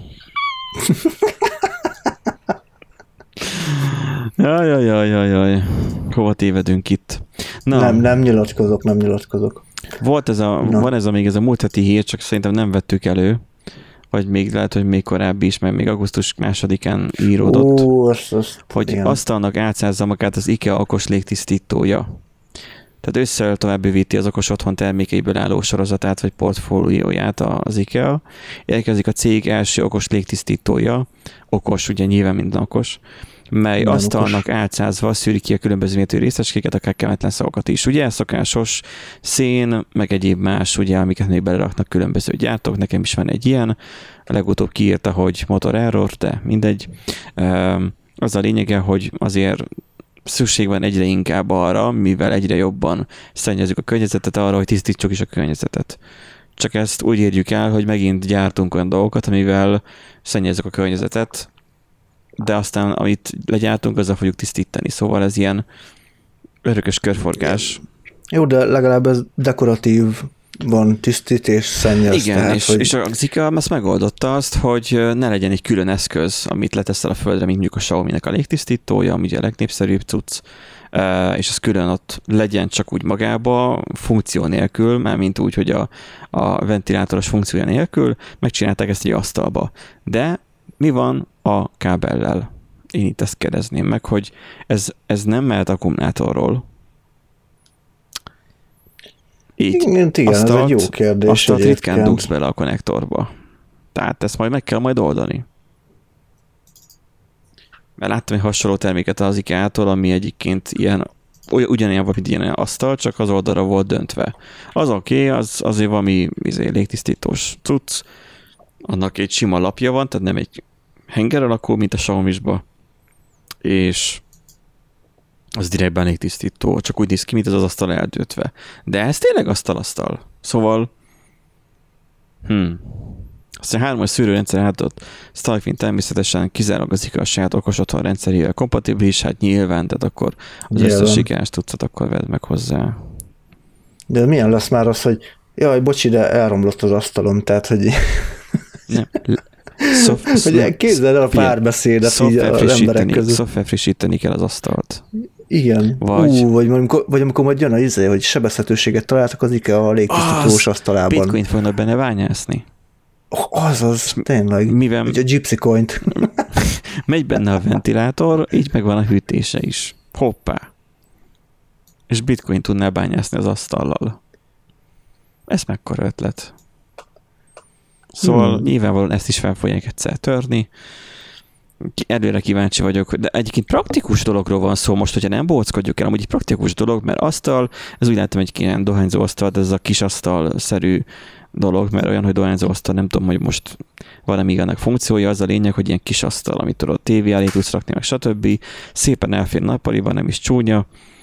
Jaj, jaj, jaj, jaj, jaj. Hova tévedünk itt? Na, nem, nem nyilatkozok, nem nyilatkozok. Volt ez a, van ez a még ez a múlt heti hír, csak szerintem nem vettük elő, vagy még lehet, hogy még korábbi is, mert még augusztus másodikán íródott, Ó, azt, azt, hogy igen. asztalnak átszázza magát az IKEA okos légtisztítója. Tehát össze tovább bővíti az okos otthon termékeiből álló sorozatát, vagy portfólióját az IKEA. Érkezik a cég első okos légtisztítója, okos, ugye nyilván minden okos, mely nem asztalnak okos. Átszázva szűri ki a különböző méretű részecskéket, akár kellemetlen szavakat is. Ugye szokásos szén, meg egyéb más, ugye, amiket még beleraknak különböző gyártók, nekem is van egy ilyen. A legutóbb kiírta, hogy motor error, de mindegy. Az a lényege, hogy azért szükség van egyre inkább arra, mivel egyre jobban szennyezzük a környezetet, arra, hogy tisztítsuk is a környezetet. Csak ezt úgy érjük el, hogy megint gyártunk olyan dolgokat, amivel szennyezzük a környezetet, de aztán amit legyártunk, azzal fogjuk tisztítani. Szóval ez ilyen örökös körforgás. Jó, de legalább ez dekoratív van, tisztít és szennyez. Igen, tehát, és, hogy... és a Zika azt megoldotta azt, hogy ne legyen egy külön eszköz, amit leteszel a földre, mint mondjuk a Xiaomi-nek a légtisztítója, ami ugye a legnépszerűbb cucc, és az külön ott legyen csak úgy magába, funkció nélkül, mármint úgy, hogy a, a ventilátoros funkciója nélkül, megcsinálták ezt egy asztalba. De mi van a kábellel? Én itt ezt kérdezném meg, hogy ez, ez nem mehet akkumulátorról. Így igen, igen asztalt, ez egy jó kérdés. Asztalt ritkán dugsz bele a konnektorba. Tehát ezt majd meg kell majd oldani. Mert láttam egy hasonló terméket az IKEA-tól, ami egyébként ilyen, ugyanilyen volt, mint ilyen asztal, csak az oldalra volt döntve. Az oké, okay, az azért valami izé, légtisztítós cucc, annak egy sima lapja van, tehát nem egy henger alakú, mint a Xiaomi-sba, és az direktben légtisztító, csak úgy néz ki, mint az az asztal eldöntve. De ez tényleg asztal-asztal. Szóval hm. Aztán hármas szűrőrendszer átadott Starlink természetesen kizárólag az IKEA saját okos otthon rendszerével kompatibilis, hát nyilván, tehát akkor az nyilván. Összes sikeres tudszat akkor vedd meg hozzá. De milyen lesz már az, hogy jaj, bocsi, de elromlott az asztalom, tehát, hogy... Nem. Szof- hogy képzeld el a párbeszédet így az emberek között. Szoftver frissíteni kell az asztalt. Igen. Vagy, Ú, vagy, amikor, vagy amikor majd jön a izé, hogy sebezhetőséget találtak az IKEA a légtisztítós asztalában. Bitcoint fognak benne bányászni. Oh, azaz, tényleg. Mivel ugye a Gypsy Coint. megy benne a ventilátor, így meg van a hűtése is. Hoppá. És Bitcoin tudná bányászni az asztallal. Ez mekkora ötlet. Szóval hmm. nyilvánvalóan ezt is fel fogják egyszer törni. Előre kíváncsi vagyok, de egyébként praktikus dologról van szó most, hogyha nem bóckodjuk el, amúgy egy praktikus dolog, mert asztal, ez úgy látom egy ilyen dohányzó asztal, de ez a kis asztal-szerű dolog, mert olyan, hogy dohányzó asztal, nem tudom, hogy most van-e még annak funkciója, az a lényeg, hogy ilyen kis asztal, amit tudod tévé elé tudsz rakni, meg stb. Szépen elfér nappaliban, nem is csúnya,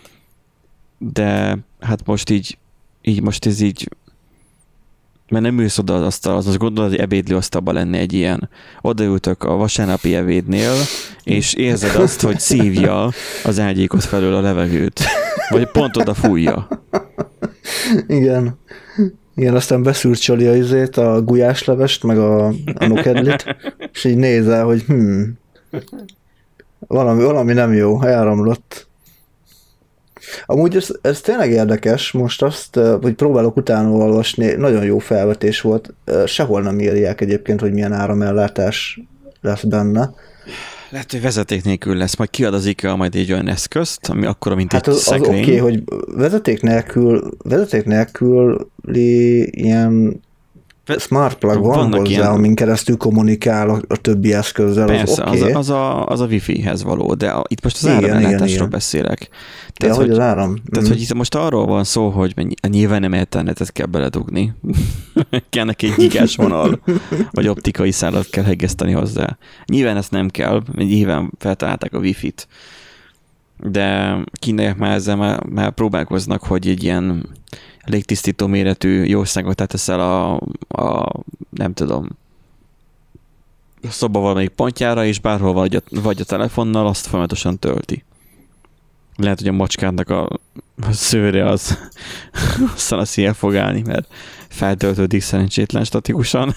de hát most így, így most ez így mert nem ülsz oda az asztalhoz, azt gondolod, hogy ebédlő asztalban lenne egy ilyen. Odaültök a vasárnapi ebédnél, és érzed azt, hogy szívja az ágyékot felől a levegőt. Vagy pont oda fújja. Igen. Igen, aztán beszürcsöli a izét, a gulyáslevest, meg a, a nokedlit, és így nézel, hogy hm, valami, valami nem jó, elromlott. Amúgy ez, ez tényleg érdekes, most azt, hogy próbálok utána olvasni, nagyon jó felvetés volt, sehol nem írják egyébként, hogy milyen áramellátás lesz benne. Lehet, hogy vezeték nélkül lesz, majd kiad az IKEA majd egy olyan eszközt, ami akkora, mint hát egy az, az szekrény. oké, okay, hogy vezeték nélkül, vezeték nélküli ilyen smart plug van Vannak hozzá, ilyen... amin keresztül kommunikál a, a többi eszközzel. Persze, az, okay. az, az, a, az a Wi-Fi-hez való, de a, itt most az Igen, áramellátásról igen, beszélek. Tehát, ja, hogy az áram. Tehát, mm. hogy itt most arról van szó, hogy nyilván nem ethernetet kell beledugni. kell neki egy gigás vonal, vagy optikai szálat kell hegeszteni hozzá. Nyilván ezt nem kell, nyilván feltalálták a Wi-Fi-t. De kínaiak már ezzel már, már próbálkoznak, hogy egy ilyen légtisztító méretű jószágot áteszel a, a nem tudom, a szoba valamelyik pontjára, és bárhol vagy a, vagy a telefonnal, azt folyamatosan tölti. Lehet, hogy a macskádnak a, a szőre az aztán a szél fog állni, mert feltöltődik szerencsétlen statikusan.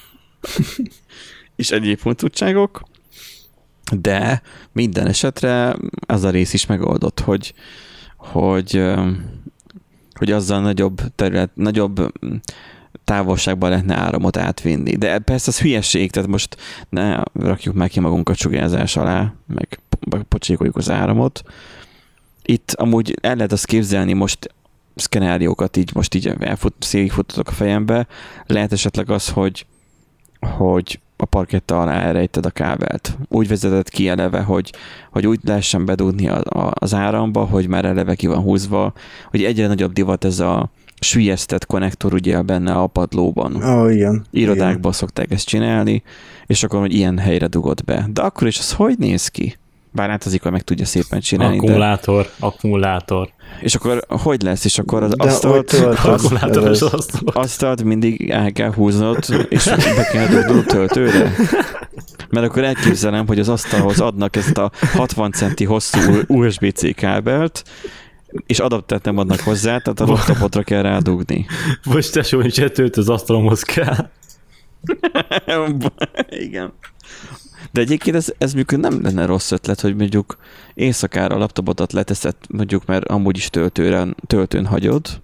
és egyéb tudtságok. De minden esetre az a rész is megoldott, hogy, hogy, hogy azzal nagyobb terület, nagyobb távolságban lehetne áramot átvinni. De persze az hülyeség, tehát most ne rakjuk meg ki magunkat sugárzás alá, meg pocsékoljuk az áramot. Itt amúgy el lehet azt képzelni most szkenáriókat így most így elfut, széligfuttatok a fejembe. Lehet esetleg az, hogy, hogy a parketta alá elrejted a kábelt. Úgy vezetett ki eleve, hogy, hogy úgy lehessen bedugni a, a, az áramba, hogy már eleve ki van húzva, hogy egyre nagyobb divat ez a süllyesztett konnektor ugye benne a padlóban. Oh, igen. Irodákban igen. szokták ezt csinálni, és akkor hogy ilyen helyre dugod be. De akkor is az hogy néz ki? Bár hát az ikar meg tudja szépen csinálni. Akkumulátor, de... akkumulátor. És akkor hogy lesz? És akkor az de asztalt, akkumulátoros asztalt. asztalt mindig el kell húznod, és be kell dugnod töltőre. Mert akkor elképzelem, hogy az asztalhoz adnak ezt a hatvan centi hosszú u es bé cé kábelt, és adaptert nem adnak hozzá, tehát a laptopodra kell rádugni. Most tesó, hogy csetőt az asztalomhoz kell. Igen. De egyébként ez, ez mondjuk nem lenne rossz ötlet, hogy mondjuk éjszakára a laptopodat leteszed, mondjuk, mert amúgy is töltőre, töltőn hagyod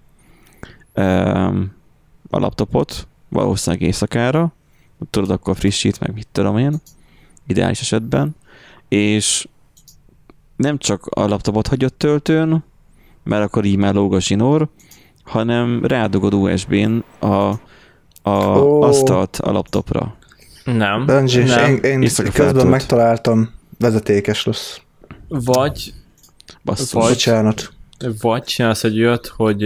a laptopot, valószínűleg éjszakára, tudod, akkor frissít, meg mit tudom én, ideális esetben, és nem csak a laptopot hagyod töltőn, mert akkor így már lóg a zsinór, hanem rádugod u es bén a, a oh. asztalt a laptopra. Nem. Benji, nem. én, én közben megtaláltam, vezetékes lesz. Vagy, Basszus. vagy, Bocsánat. vagy csinálsz egy olyat, hogy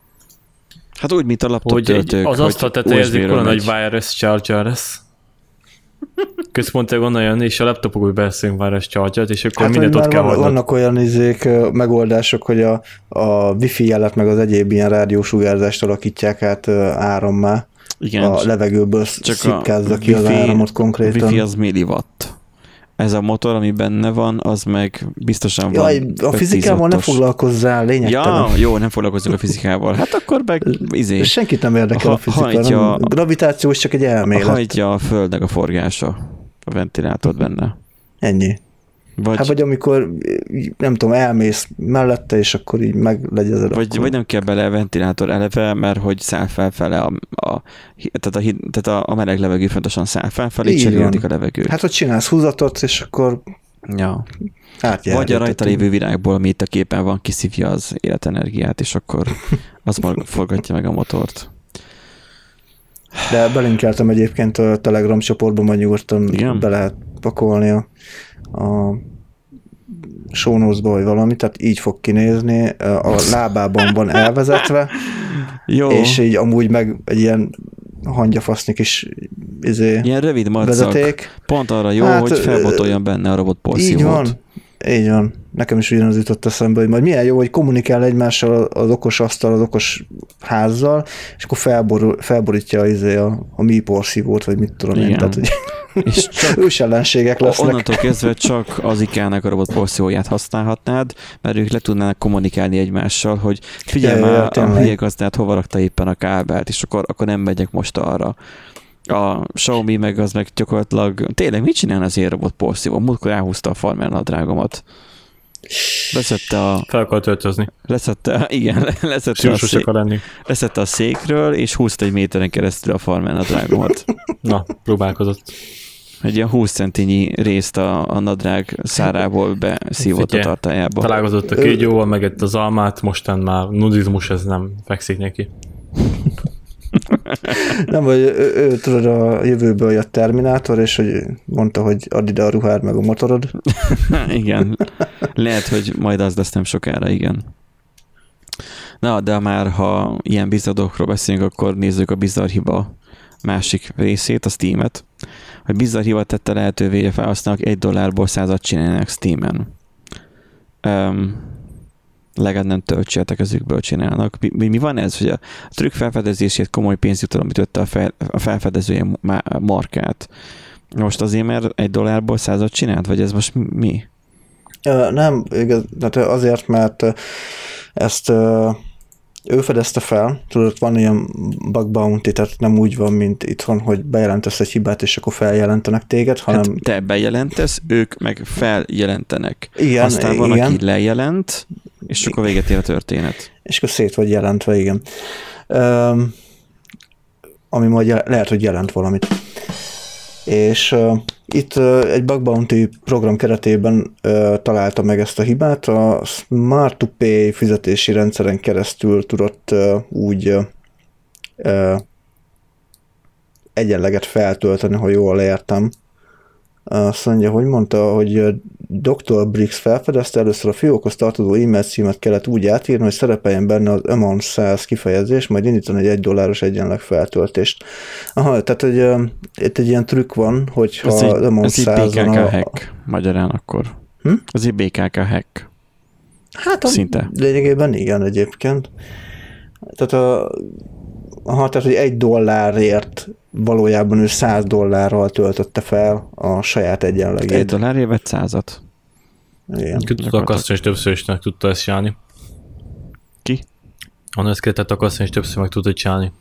hát úgy, mint a laptop hogy töltők. az asztal tetejézik olyan nagy wireless charger lesz. Központra gondoljon, és a laptopok úgy beszélünk wireless charger-t, és akkor hát, mindent ott kell vannak, hagynod. vannak olyan izék, megoldások, hogy a, a wifi jelet meg az egyéb ilyen rádiósugárzást alakítják át árammá. Igen, a levegőből szipkázza ki az áramot konkrétan. A wifi az milliwatt. Ez a motor, ami benne van, az meg biztosan Jaj, van. A fizikával ne foglalkozzál, lényegtelen. Ja, jó, nem foglalkozunk a fizikával. Hát akkor meg izé. Senkit nem érdekel ha, a fizika. Hajtja, a gravitáció is csak egy elmélet. Hajtja a földnek a forgása. A ventilátor benne. Ennyi. Vagy, hát vagy amikor, nem tudom, elmész mellette, és akkor így meglegyezed. Vagy, vagy nem kell bele a ventilátor eleve, mert hogy száll felfele a, a, tehát a, tehát a, a meleg levegő fontosan száll felfelé, cserélődik a levegő. Hát, hogy csinálsz húzatot, és akkor ja. Vagy a rajta lévő virágból, ami itt a képen van, kiszívja az életenergiát, és akkor az forgatja meg a motort. De belinkeltem egyébként a Telegram csoportban, majd nyugodtan igen? Be lehet pakolni a, a show notes-ba, vagy valami, tehát így fog kinézni, a lábában van elvezetve, jó. És így amúgy meg egy ilyen hangyafasznik is izé ilyen rövid macak, vezeték. Pont arra jó, hát, hogy felbotoljon benne a robotporszívót. Így van, így van. Nekem is ugyanaz jutott eszembe, hogy majd milyen jó, hogy kommunikál egymással az okos asztal, az okos házzal, és akkor felborul, felborítja izé a, a mi porszívót, vagy mit tudom igen. Én. Tehát, hogy és ős ellenségek lesznek. Onnantól kezdve csak az IKEA-nak a robotporszívóját használhatnád, mert ők le tudnának kommunikálni egymással, hogy figyelj ja, már, ja, a hülye gazdát hova rakta éppen a kábelt, és akkor, akkor nem megyek most arra. A Xiaomi meg az meg gyakorlatilag, tényleg mit csinál az ilyen robotporszívó? Múltkor elhúzta a farmer nadrágomat. Leszette a... Fel akar töltözni. Leszette, igen, leszette a, szék, leszette a székről, és húzta egy méteren keresztül a farmer nadrágomat. Na, próbálkozott. Egy ilyen húsz centinyi részt a, a nadrág szárából beszívott a tartályába. Találkozott a kígyóval, megett az almát, mostan már nudizmus, ez nem fekszik neki. Nem, vagy ő, ő tudod, a jövőből jött Terminátor, és hogy mondta, hogy add ide a ruhád meg a motorod. Igen. Lehet, hogy majd az lesz nem sokára, igen. Na, de már ha ilyen bizarrokról beszélünk, akkor nézzük a bizarr hiba másik részét, a Steam-et. A bizarr hiba tette lehetővé, hogy felhasználók egy dollárból százat csinálnak Steam-en. Um, legalább nem töltsétek, ezükből csinálnak. Mi, mi van ez, hogy a trükk felfedezését komoly pénzjutalom ütötte a, fel, a felfedezője markát. Most azért, mert egy dollárból százat csinált, vagy ez most mi? Uh, nem, igaz, azért, mert ezt uh, ő fedezte fel, tudod, van ilyen bug bounty, tehát nem úgy van, mint itthon, hogy bejelentesz egy hibát, és akkor feljelentenek téged, hanem... Hát te bejelentesz, ők meg feljelentenek. Igen, aztán van, igen. aki lejelent, és akkor véget ér a történet. És akkor szét vagy jelentve, igen. Um, ami majd jel- lehet, hogy jelent valamit. És uh, itt uh, egy bug bounty program keretében uh, találta meg ezt a hibát. A Smart to Pay fizetési rendszeren keresztül tudott uh, úgy uh, uh, egyenleget feltölteni, ha jól értem. Azt mondja, hogy mondta, hogy doktor Briggs felfedezte, először a fiókhoz tartozó e-mail címet kellett úgy átírni, hogy szerepeljen benne az amount száz kifejezés, majd indítani egy egy dolláros egyenleg feltöltést. Aha, tehát egy, itt egy ilyen trükk van, hogyha az amount százon... Ez így bé ká ká hack magyarán akkor. Hm? Az így bé ká ká hack. Hát szinte. Lényegében igen egyébként. Tehát a Aha, tehát, hogy egy dollárért valójában ő száz dollárral töltötte fel a saját egyenlegét. Egy dollárért vett százat. Igen. Ki tudta akasztani, és többször is meg tudta ezt csinálni. Ki? Onnan ezt kellett akasztani, és többször meg tudta csinálni.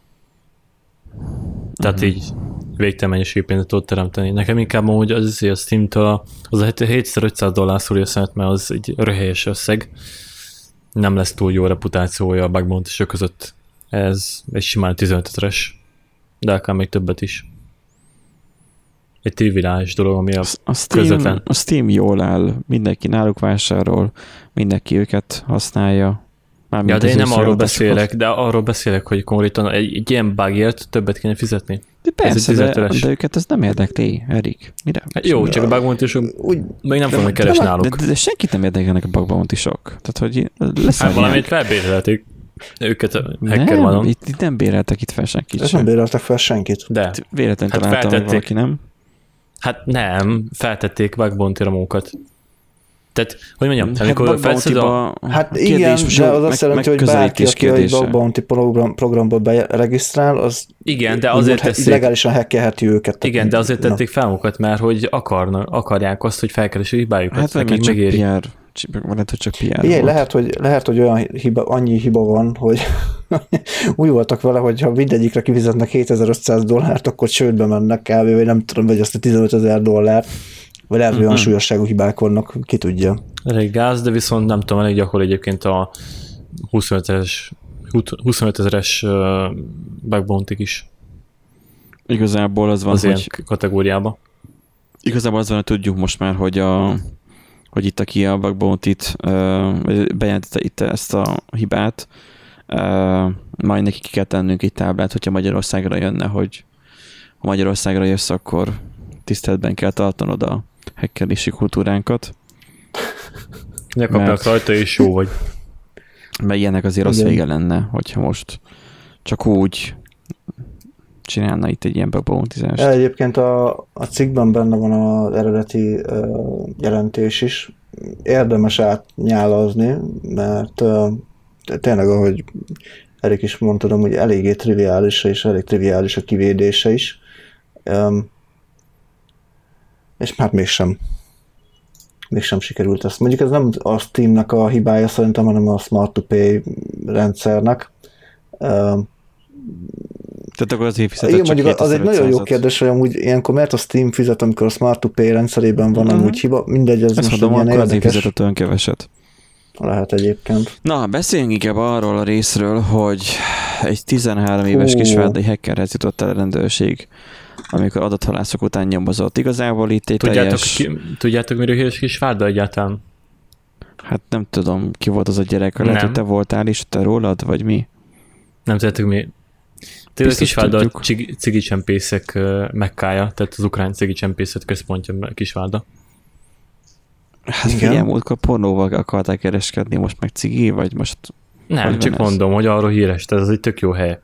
Tehát uh-huh. így végtelen mennyiségű pénzt tudott teremteni. Nekem inkább amúgy az, hogy a Steam-től az a hétezer-ötszáz dollár szúrja szemet, mert az egy röhelyes összeg. Nem lesz túl jó reputációja a bug bounty-sök között. Ez egy simán tizenöt ezeres, de akár még többet is. Egy triviális dolog, ami a, a Steam, közvetlen. A Steam jól áll, mindenki náluk vásárol, mindenki őket használja. Ja, de én nem arról beszélek, de arról beszélek, hogy konkrétan egy, egy ilyen bugért többet kéne fizetni. De persze, de, de őket ez nem érdekli, Erik. Mire? Hát jó, csak a bug bounty-sok még nem fognak keresni náluk. De, de senkit nem érdekelnek a bug bounty-sok. Tehát, hogy lesz hát valamit felbérelték. Őket hacker nem, van. Itt, itt nem béreltek itt fel senkit sem. Nem béreltek fel senkit. De. Véletlenül hát találtam, hogy valaki nem. Hát nem, feltették bug bounty ramókat. Tehát, hogy mondjam, hát amikor felszed a... Hát igen, de az azt jelenti, hogy bárki, aki egy bug bounty program, programból beregisztrál, az igen, de azért teszik, legálisan hackelheti őket. Igen, de azért tették fel magukat, mert hogy akarnak, akarják azt, hogy felkeresi hibájukat. Hát vagy csak pé er. Lehet, hogy csak pé er igen, lehet, hogy, lehet, hogy olyan hiba, annyi hiba van, hogy úgy voltak vele, hogy ha mindegyikre kifizetnek hétezer-ötszáz dollárt, akkor csődbe mennek kb. Vagy nem tudom, vagy azt a tizenöt ezer dollárt. Vagy lehet, hogy olyan súlyosságú hibák vannak, ki tudja. Elég gáz, de viszont nem tudom, elég gyakori egyébként a huszonöt ezeres bug bounty is. Igazából az van, az hogy... kategóriába. Igazából az van, hogy tudjuk most már, hogy, a, hogy itt aki a bug bounty-t bejelentette itt ezt a hibát, majd neki ki kell tennünk egy táblát, hogyha Magyarországra jönne, hogy ha Magyarországra jössz, akkor tiszteletben kell tartanod a hackerési kultúránkat. Ne kapják rajta, és jó vagy. Mert ilyenek azért az vége lenne, hogyha most csak úgy csinálna itt egy ilyen bebontizást. Egyébként a, a cikkben benne van az eredeti uh, jelentés is. Érdemes átnyálazni, mert uh, tényleg, ahogy Erik is mondta, hogy eléggé triviális, és elég triviális a kivédése is. Um, és hát mégsem. Mégsem sikerült ezt. Mondjuk ez nem a Steamnek a hibája szerintem, hanem a Smart to Pay rendszernek. Um, Tehát akkor azért fizetett igen, csak mondjuk az egy nagyon jó kérdés, hogy amúgy ilyenkor miért a Steam fizet, amikor a Smart to Pay rendszerében van mm-hmm. amúgy hiba. Mindegy, ez ezt most mondom, ilyen akkor érdekes. azért fizetett olyan keveset. Lehet egyébként. Na, beszéljünk inkább arról a részről, hogy egy tizenhárom éves kisvárdai hackerhez jutott el a rendőrség amikor adathalászok után nyomozott. Igazából itt egy Tudjátok, teljes... ki, tudjátok miről híres Kisvárda egyáltalán? Hát nem tudom, ki volt az a gyerek, lehet, hogy te voltál is, te rólad, vagy mi? Nem tudjátok mi. Tényleg Kisvárda a cig- cigicsempészek mekkája, tehát az ukrán cigicsempészet központja Kisvárda. Hát figyelj, múltkor pornóval akarták kereskedni, most meg cigi, vagy most... Nem, csak mondom, ez? Hogy arról híres, tehát ez egy tök jó hely.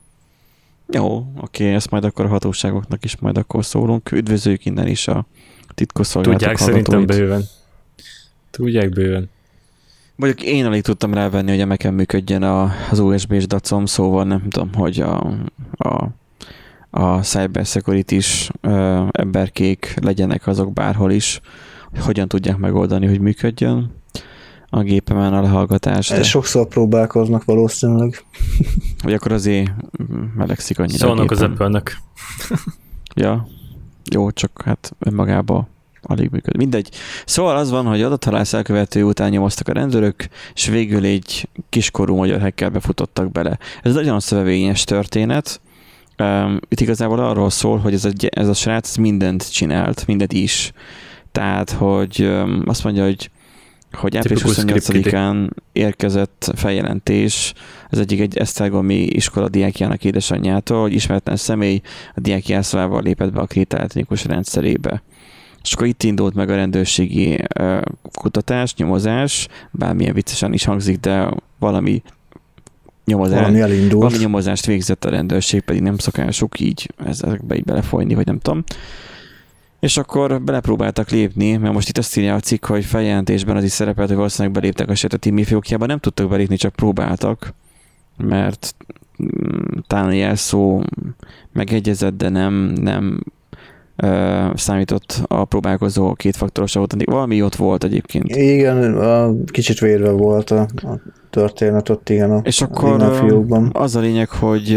Jó, oké, ezt majd akkor a hatóságoknak is majd akkor szólunk. Üdvözöljük innen is a titkosszolgálatok hallgatóit. Tudják szerintem bőven. Tudják bőven. Mondjuk én alig tudtam rávenni, hogy emeken működjen a, az u es bé-s dacom, szóval nem tudom, hogy a, a, a cyber security-s ö, emberkék legyenek azok bárhol is, hogy hogyan tudják megoldani, hogy működjön a gépemen a lehallgatás. De... Sokszor próbálkoznak valószínűleg. Vagy akkor azért melegszik annyira. Szólnak az Apple-nek. Ja, jó, csak hát önmagában alig működik. Mindegy. Szóval az van, hogy adathalász elkövető után nyomoztak a rendőrök, és végül egy kiskorú magyar hackerbe futottak bele. Ez egy nagyon szövevényes történet. Um, itt igazából arról szól, hogy ez a, ez a srác mindent csinált, mindent is. Tehát, hogy um, azt mondja, hogy hogy április huszonnyolcadikán érkezett feljelentés az egyik egy esztergomi iskola diákjának édesanyjától, hogy ismeretlen személy a diák jelszavával lépett be a Kréta elektronikus rendszerébe. És akkor itt indult meg a rendőrségi uh, kutatás, nyomozás, bármilyen viccesen is hangzik, de valami nyomozás, valami, valami nyomozást végzett a rendőrség, pedig nem szokásuk így ezekbe így belefolyni, vagy nem tudom. És akkor belepróbáltak lépni, mert most itt azt írja a cikk, hogy feljelentésben az is szerepelt, hogy valószínűleg beléptek a sejteti mi fiókjába, nem tudtak belépni, csak próbáltak, mert talán a jelszó megegyezett, de nem, nem ö, számított a próbálkozó kétfaktoros autentik. Valami ott volt egyébként. Igen, a, kicsit vérve volt a, a történet ott, igen, a, és akkor a fiókban. Az a lényeg, hogy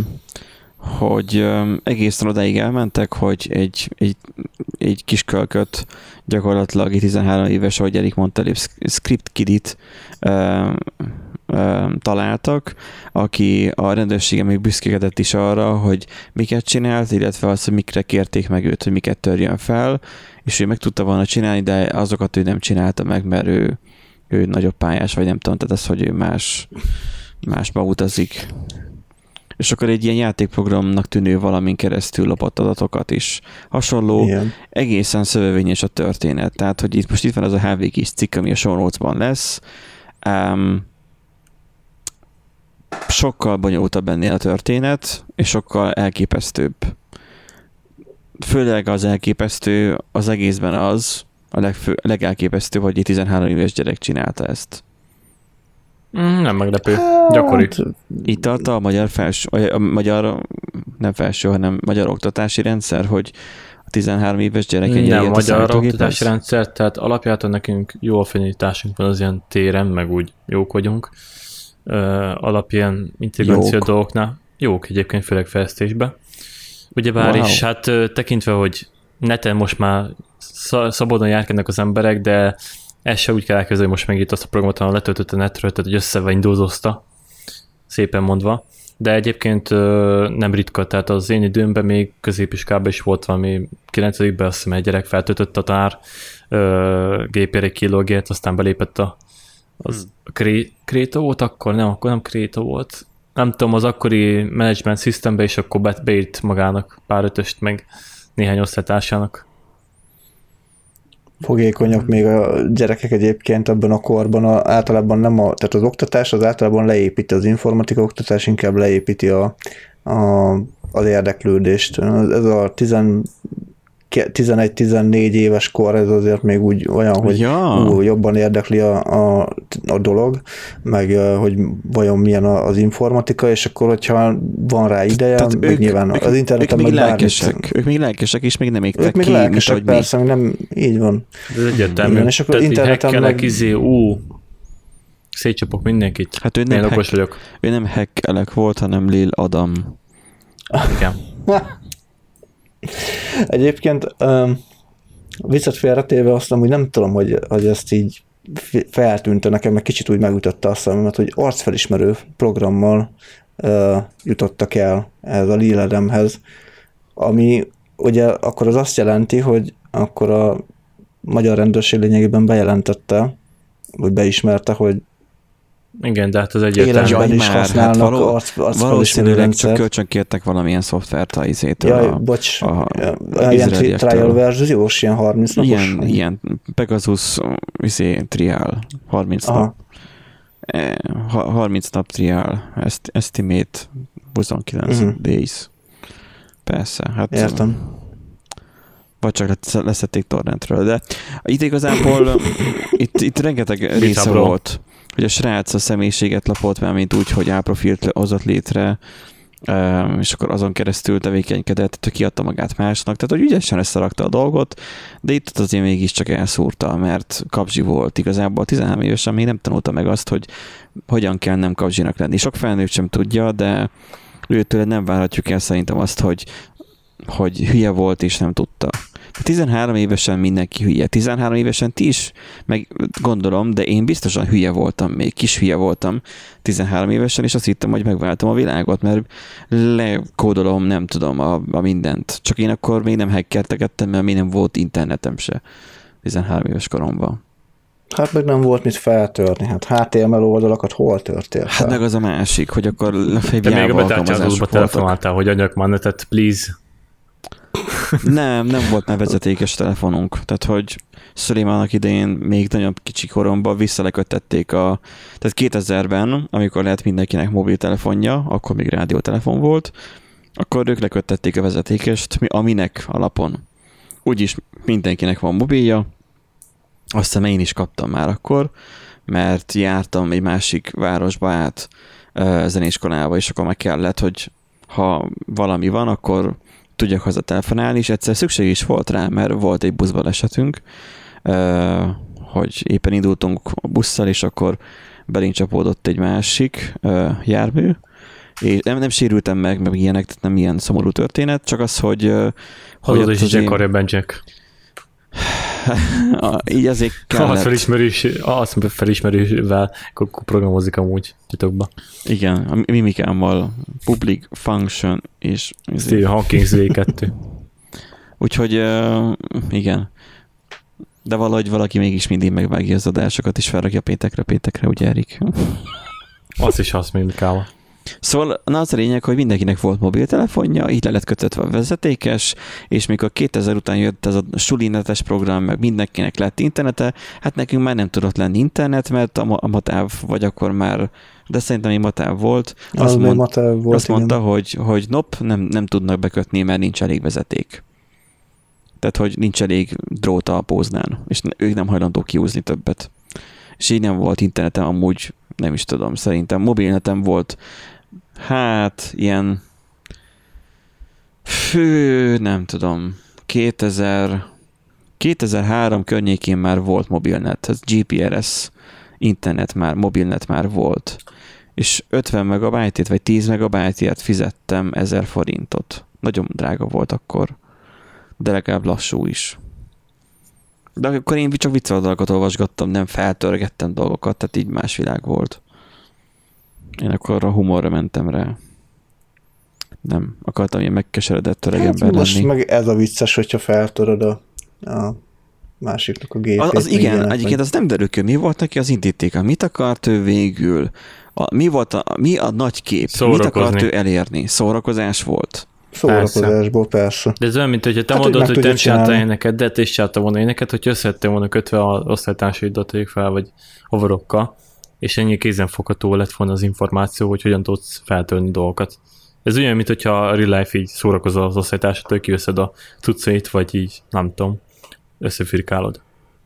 hogy um, egészen odáig elmentek, hogy egy, egy, egy kis kölköt, gyakorlatilag egy tizenhárom éves, ahogy Erik mondta, script kidit um, um, találtak, aki a rendőrségen még büszkékedett is arra, hogy miket csinált, illetve az, hogy mikre kérték meg őt, hogy miket törjön fel, és ő meg tudta volna csinálni, de azokat ő nem csinálta meg, mert ő, ő nagyobb pályás, vagy nem tudom, tehát az, hogy ő más, másba utazik. És akkor egy ilyen játékprogramnak tűnő valamin keresztül lopott adatokat is. Hasonló, igen. Egészen szövevényes a történet. Tehát, hogy itt most itt van az a há vé kis cikk, ami a show notes-ban lesz. Um, sokkal bonyolultabb ennél a történet, és sokkal elképesztőbb. Főleg az elképesztő az egészben az, a legfő, legelképesztőbb, hogy egy tizenhárom éves gyerek csinálta ezt. Mm, nem meglepő. Hát, gyakori. Itt tartta a magyar felső, a magyar, nem felső, hanem magyar oktatási rendszer, hogy a tizenhárom éves gyerek egy nem, magyar oktatási rendszer, tehát alapjától nekünk jó affinitásunk van az ilyen téren, meg úgy jók vagyunk. Uh, alapján intelligencia jók. Dolgoknál. Jók egyébként, főleg fejlesztésben. Ugyebár wow. is, hát tekintve, hogy neten most már szabadon járkálnak az emberek, de ez se úgy kell elkezdeni, hogy most megint azt a programot, hanem letöltött a netről, tehát hogy össze-windowsozta, szépen mondva. De egyébként nem ritka, tehát az én időmben még középiskolában is volt valami kilencedikben, azt hiszem egy gyerek feltöltött a tár gépére egy kilógért, aztán belépett a az hmm. Kréta volt akkor? Nem, akkor nem Kréta volt. Nem tudom, az akkori management systembe, és akkor beírt magának pár ötöst, meg néhány osztálytársának. Fogékonyak még a gyerekek egyébként abban a korban, a, általában nem a, tehát az oktatás az általában leépíti, az informatika oktatás inkább leépíti a, a, az érdeklődést. Ez a tizenegy-tizennégy éves kor, ez azért még úgy olyan, hogy ja. ú, jobban érdekli a, a, a dolog, meg hogy vajon milyen az informatika, és akkor, hogyha van rá ideje, tehát meg ők, nyilván ők, az interneten ők meg még lelkesek, ők még lelkesek, és még nem égtek ki. Ők még lelkesek, persze, mi. nem, így van. Ez egyetemű. És akkor interneten hekkelek, meg... izé, ú, szétcsapok mindenkit. Hát ő nem, hack, vagyok. ő nem hackelek volt, hanem Lil Adam. Igen. Egyébként um, viccet félretéve azt amúgy nem tudom, hogy, hogy ezt így feltűnte nekem, meg kicsit úgy megütötte a szememet, hogy arcfelismerő programmal uh, jutottak el ez a Lil Adamhez. ami ugye akkor az azt jelenti, hogy akkor a magyar rendőrség lényegében bejelentette, vagy beismerte, hogy igen, de hát az egyértelmű. Élesben is már, használnak hát való, arc, arc valószínűleg csak kölcsön kértek valamilyen szoftvert a izétől. Jaj, a, bocs, a, a, ilyen tri- trial verziós, ilyen harminc napos? Ilyen, ilyen Pegasus izé, trial, harminc Aha. nap. harminc nap trial, ezt estimate huszonkilenc uh-huh. days. Persze, hát... Értem. Vagy csak leszették torrentről, de itt igazából itt, itt rengeteg része Vitabról. volt, hogy a srác a személyiséget lapolt már, mint úgy, hogy álprofilt hozott létre, és akkor azon keresztül tevékenykedett, hogy kiadta magát másnak, tehát hogy ügyesen összerakta a dolgot, de itt azért mégiscsak elszúrta, mert kapzsi volt. Igazából tizenhárom évesen még nem tanulta meg azt, hogy hogyan kell nem kapzsinak lenni. Sok felnőtt sem tudja, de őtől nem várhatjuk el szerintem azt, hogy, hogy hülye volt és nem tudta. tizenhárom évesen mindenki hülye. tizenhárom évesen ti is, meg gondolom, de én biztosan hülye voltam, még kis hülye voltam tizenhárom évesen, és azt hittem, hogy megváltam a világot, mert lekódolom, nem tudom, a, a mindent. Csak én akkor még nem hackertegettem, mert még nem volt internetem se tizenhárom éves koromban. Hát meg nem volt mit feltörni. Hát há té em el oldalakat hol törtél fel? Hát meg az a másik, hogy akkor Te még a betárcsázóba telefonáltál, hogy adjak már netet, please. Nem, nem volt már vezetékes telefonunk. Tehát, hogy Szülémának idején még nagyon kicsi koromban visszaleköttették a... Tehát kétezerben, amikor lehet mindenkinek mobiltelefonja, akkor még rádiótelefon volt, akkor ők leköttették a vezetékest, aminek alapon. Úgyis mindenkinek van mobilja, azt hiszem én is kaptam már akkor, mert jártam egy másik városba át zeneiskolába, és akkor meg kellett, hogy ha valami van, akkor tudjak haza telefonálni, és egyszer szükség is volt rá, mert volt egy buszbalesetünk, hogy éppen indultunk a busszal, és akkor belénk csapódott egy másik jármű, és nem, nem sérültem meg, meg ilyenek, tehát nem ilyen szomorú történet, csak az, hogy... Hazad is Jack Harryben Jack. Így azért kellett. Az felismerés, az felismerővel programozik amúgy titokba. Igen, a mimikámmal public function és... Stephen Hawking vé kettő. Úgyhogy uh, igen. De valahogy valaki mégis mindig megvágja az adásokat, és felrakja péntekre, péntekre, ugye Erik? Azt is azt mimikával. Szóval na az a lényeg, hogy mindenkinek volt mobiltelefonja, így le lett kötötve a vezetékes, és mikor kétezer után jött ez a sulinetes program, meg mindenkinek lett internete, hát nekünk már nem tudott lenni internet, mert a, a matáv, vagy akkor már, de szerintem még matáv volt. Azt, az mond, matáv volt, azt mondta, hogy, hogy nop, nem, nem tudnak bekötni, mert nincs elég vezeték. Tehát, hogy nincs elég drót a póznán, és ők nem hajlandók kiúzni többet. És így nem volt internetem, amúgy nem is tudom, szerintem mobilnetem volt. Hát, ilyen fő, nem tudom, kétezer, kétezer-három környékén már volt mobilnet, ez gé pé er es internet már, mobilnet már volt, és ötven megabájtért vagy tíz megabájtért fizettem ezer forintot. Nagyon drága volt akkor, de legalább lassú is. De akkor én csak vicceladalakat olvasgattam, nem feltörgettem dolgokat, tehát így más világ volt. Én akkor a humorra mentem rá. Nem, akartam ilyen megkeseredett öreg hát ember most lenni. meg ez a vicces, hogyha feltöröd a, a másiknak a gépét. Az, az igen, ilyenek, egyébként az nem derül ki, mi volt neki az indítéka, mit akart ő végül, a, mi volt a, mi a nagy kép, mit akart ő elérni, szórakozás volt. Szórakozásból, persze. De ez olyan, mint hogyha te hát, mondod, hogy, hogy te csináltál éneket, de te is csináltál volna éneket, hogy összehettél volna kötve a osztálytársaidat fel, vagy hoverokkal, és ennyi kézenfogható lett volna az információ, hogy hogyan tudsz feltörni dolgokat. Ez olyan, mint hogyha a real life így szórakozol az osztálytársadtól, kiveszed a cuccait, vagy így, nem tudom, összefirkálod.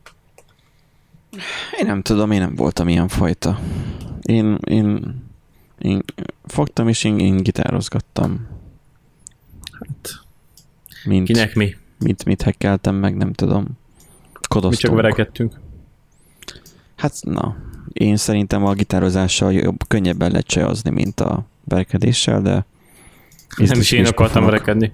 Én nem tudom, én nem voltam ilyen fajta. Én, én, én fogtam, és én, én gitározgattam. Hát, mint, kinek mi? Mint, mit hekkeltem meg, nem tudom. Kodoztunk. Mi csak verekedtünk. Hát, na, én szerintem a gitározással jobb, könnyebben lehet csajozni, mint a verekedéssel, de... Nem is én akartam verekedni.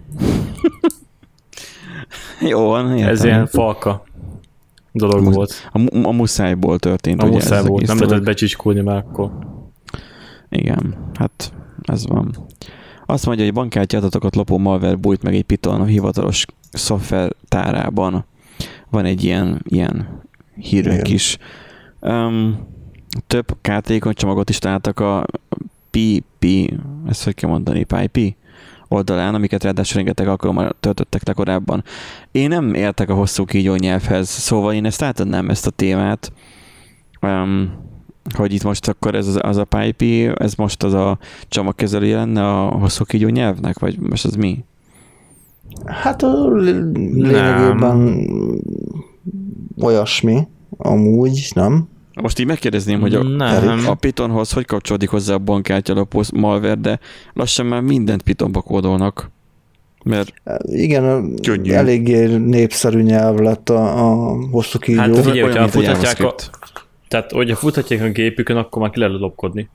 Jó van, értem. Ez ilyen falka dolog a, volt. A, a muszájból történt. A ugye muszáj ez volt, nem dolog. lehetett becsicskulni már akkor. Igen, hát ez van. Azt mondja, hogy bankkártya adatokat lopó malware bújt meg egy Python a hivatalos szoftver tárában. Van egy ilyen, ilyen hírünk is. Um, több kártékony csomagot is találtak a pé pé, ezt hogy kell mondani, pé pé oldalán, amiket ráadásul rengeteg alkalommal töltöttek le korábban. Én nem értek a hosszú kígyó nyelvhez, szóval én ezt átadnám, ezt a témát, um, hogy itt most akkor ez az, az a pé pé, ez most az a csomagkezelője lenne a hosszú kígyó nyelvnek, vagy most az mi? Hát lényegében olyasmi, amúgy, nem? Most így megkérdezném, hogy a, a Pythonhoz hogy kapcsolódik hozzá a bankkártya lopó malware, de lassan már mindent Pythonba kódolnak. Mert igen, könnyű. Eléggé népszerű nyelv lett a, a hosszú kígyó. Hát figyelj, hogyha futhatják a, tehát, hogyha futhatják a gépükön, akkor már ki lehet lopkodni.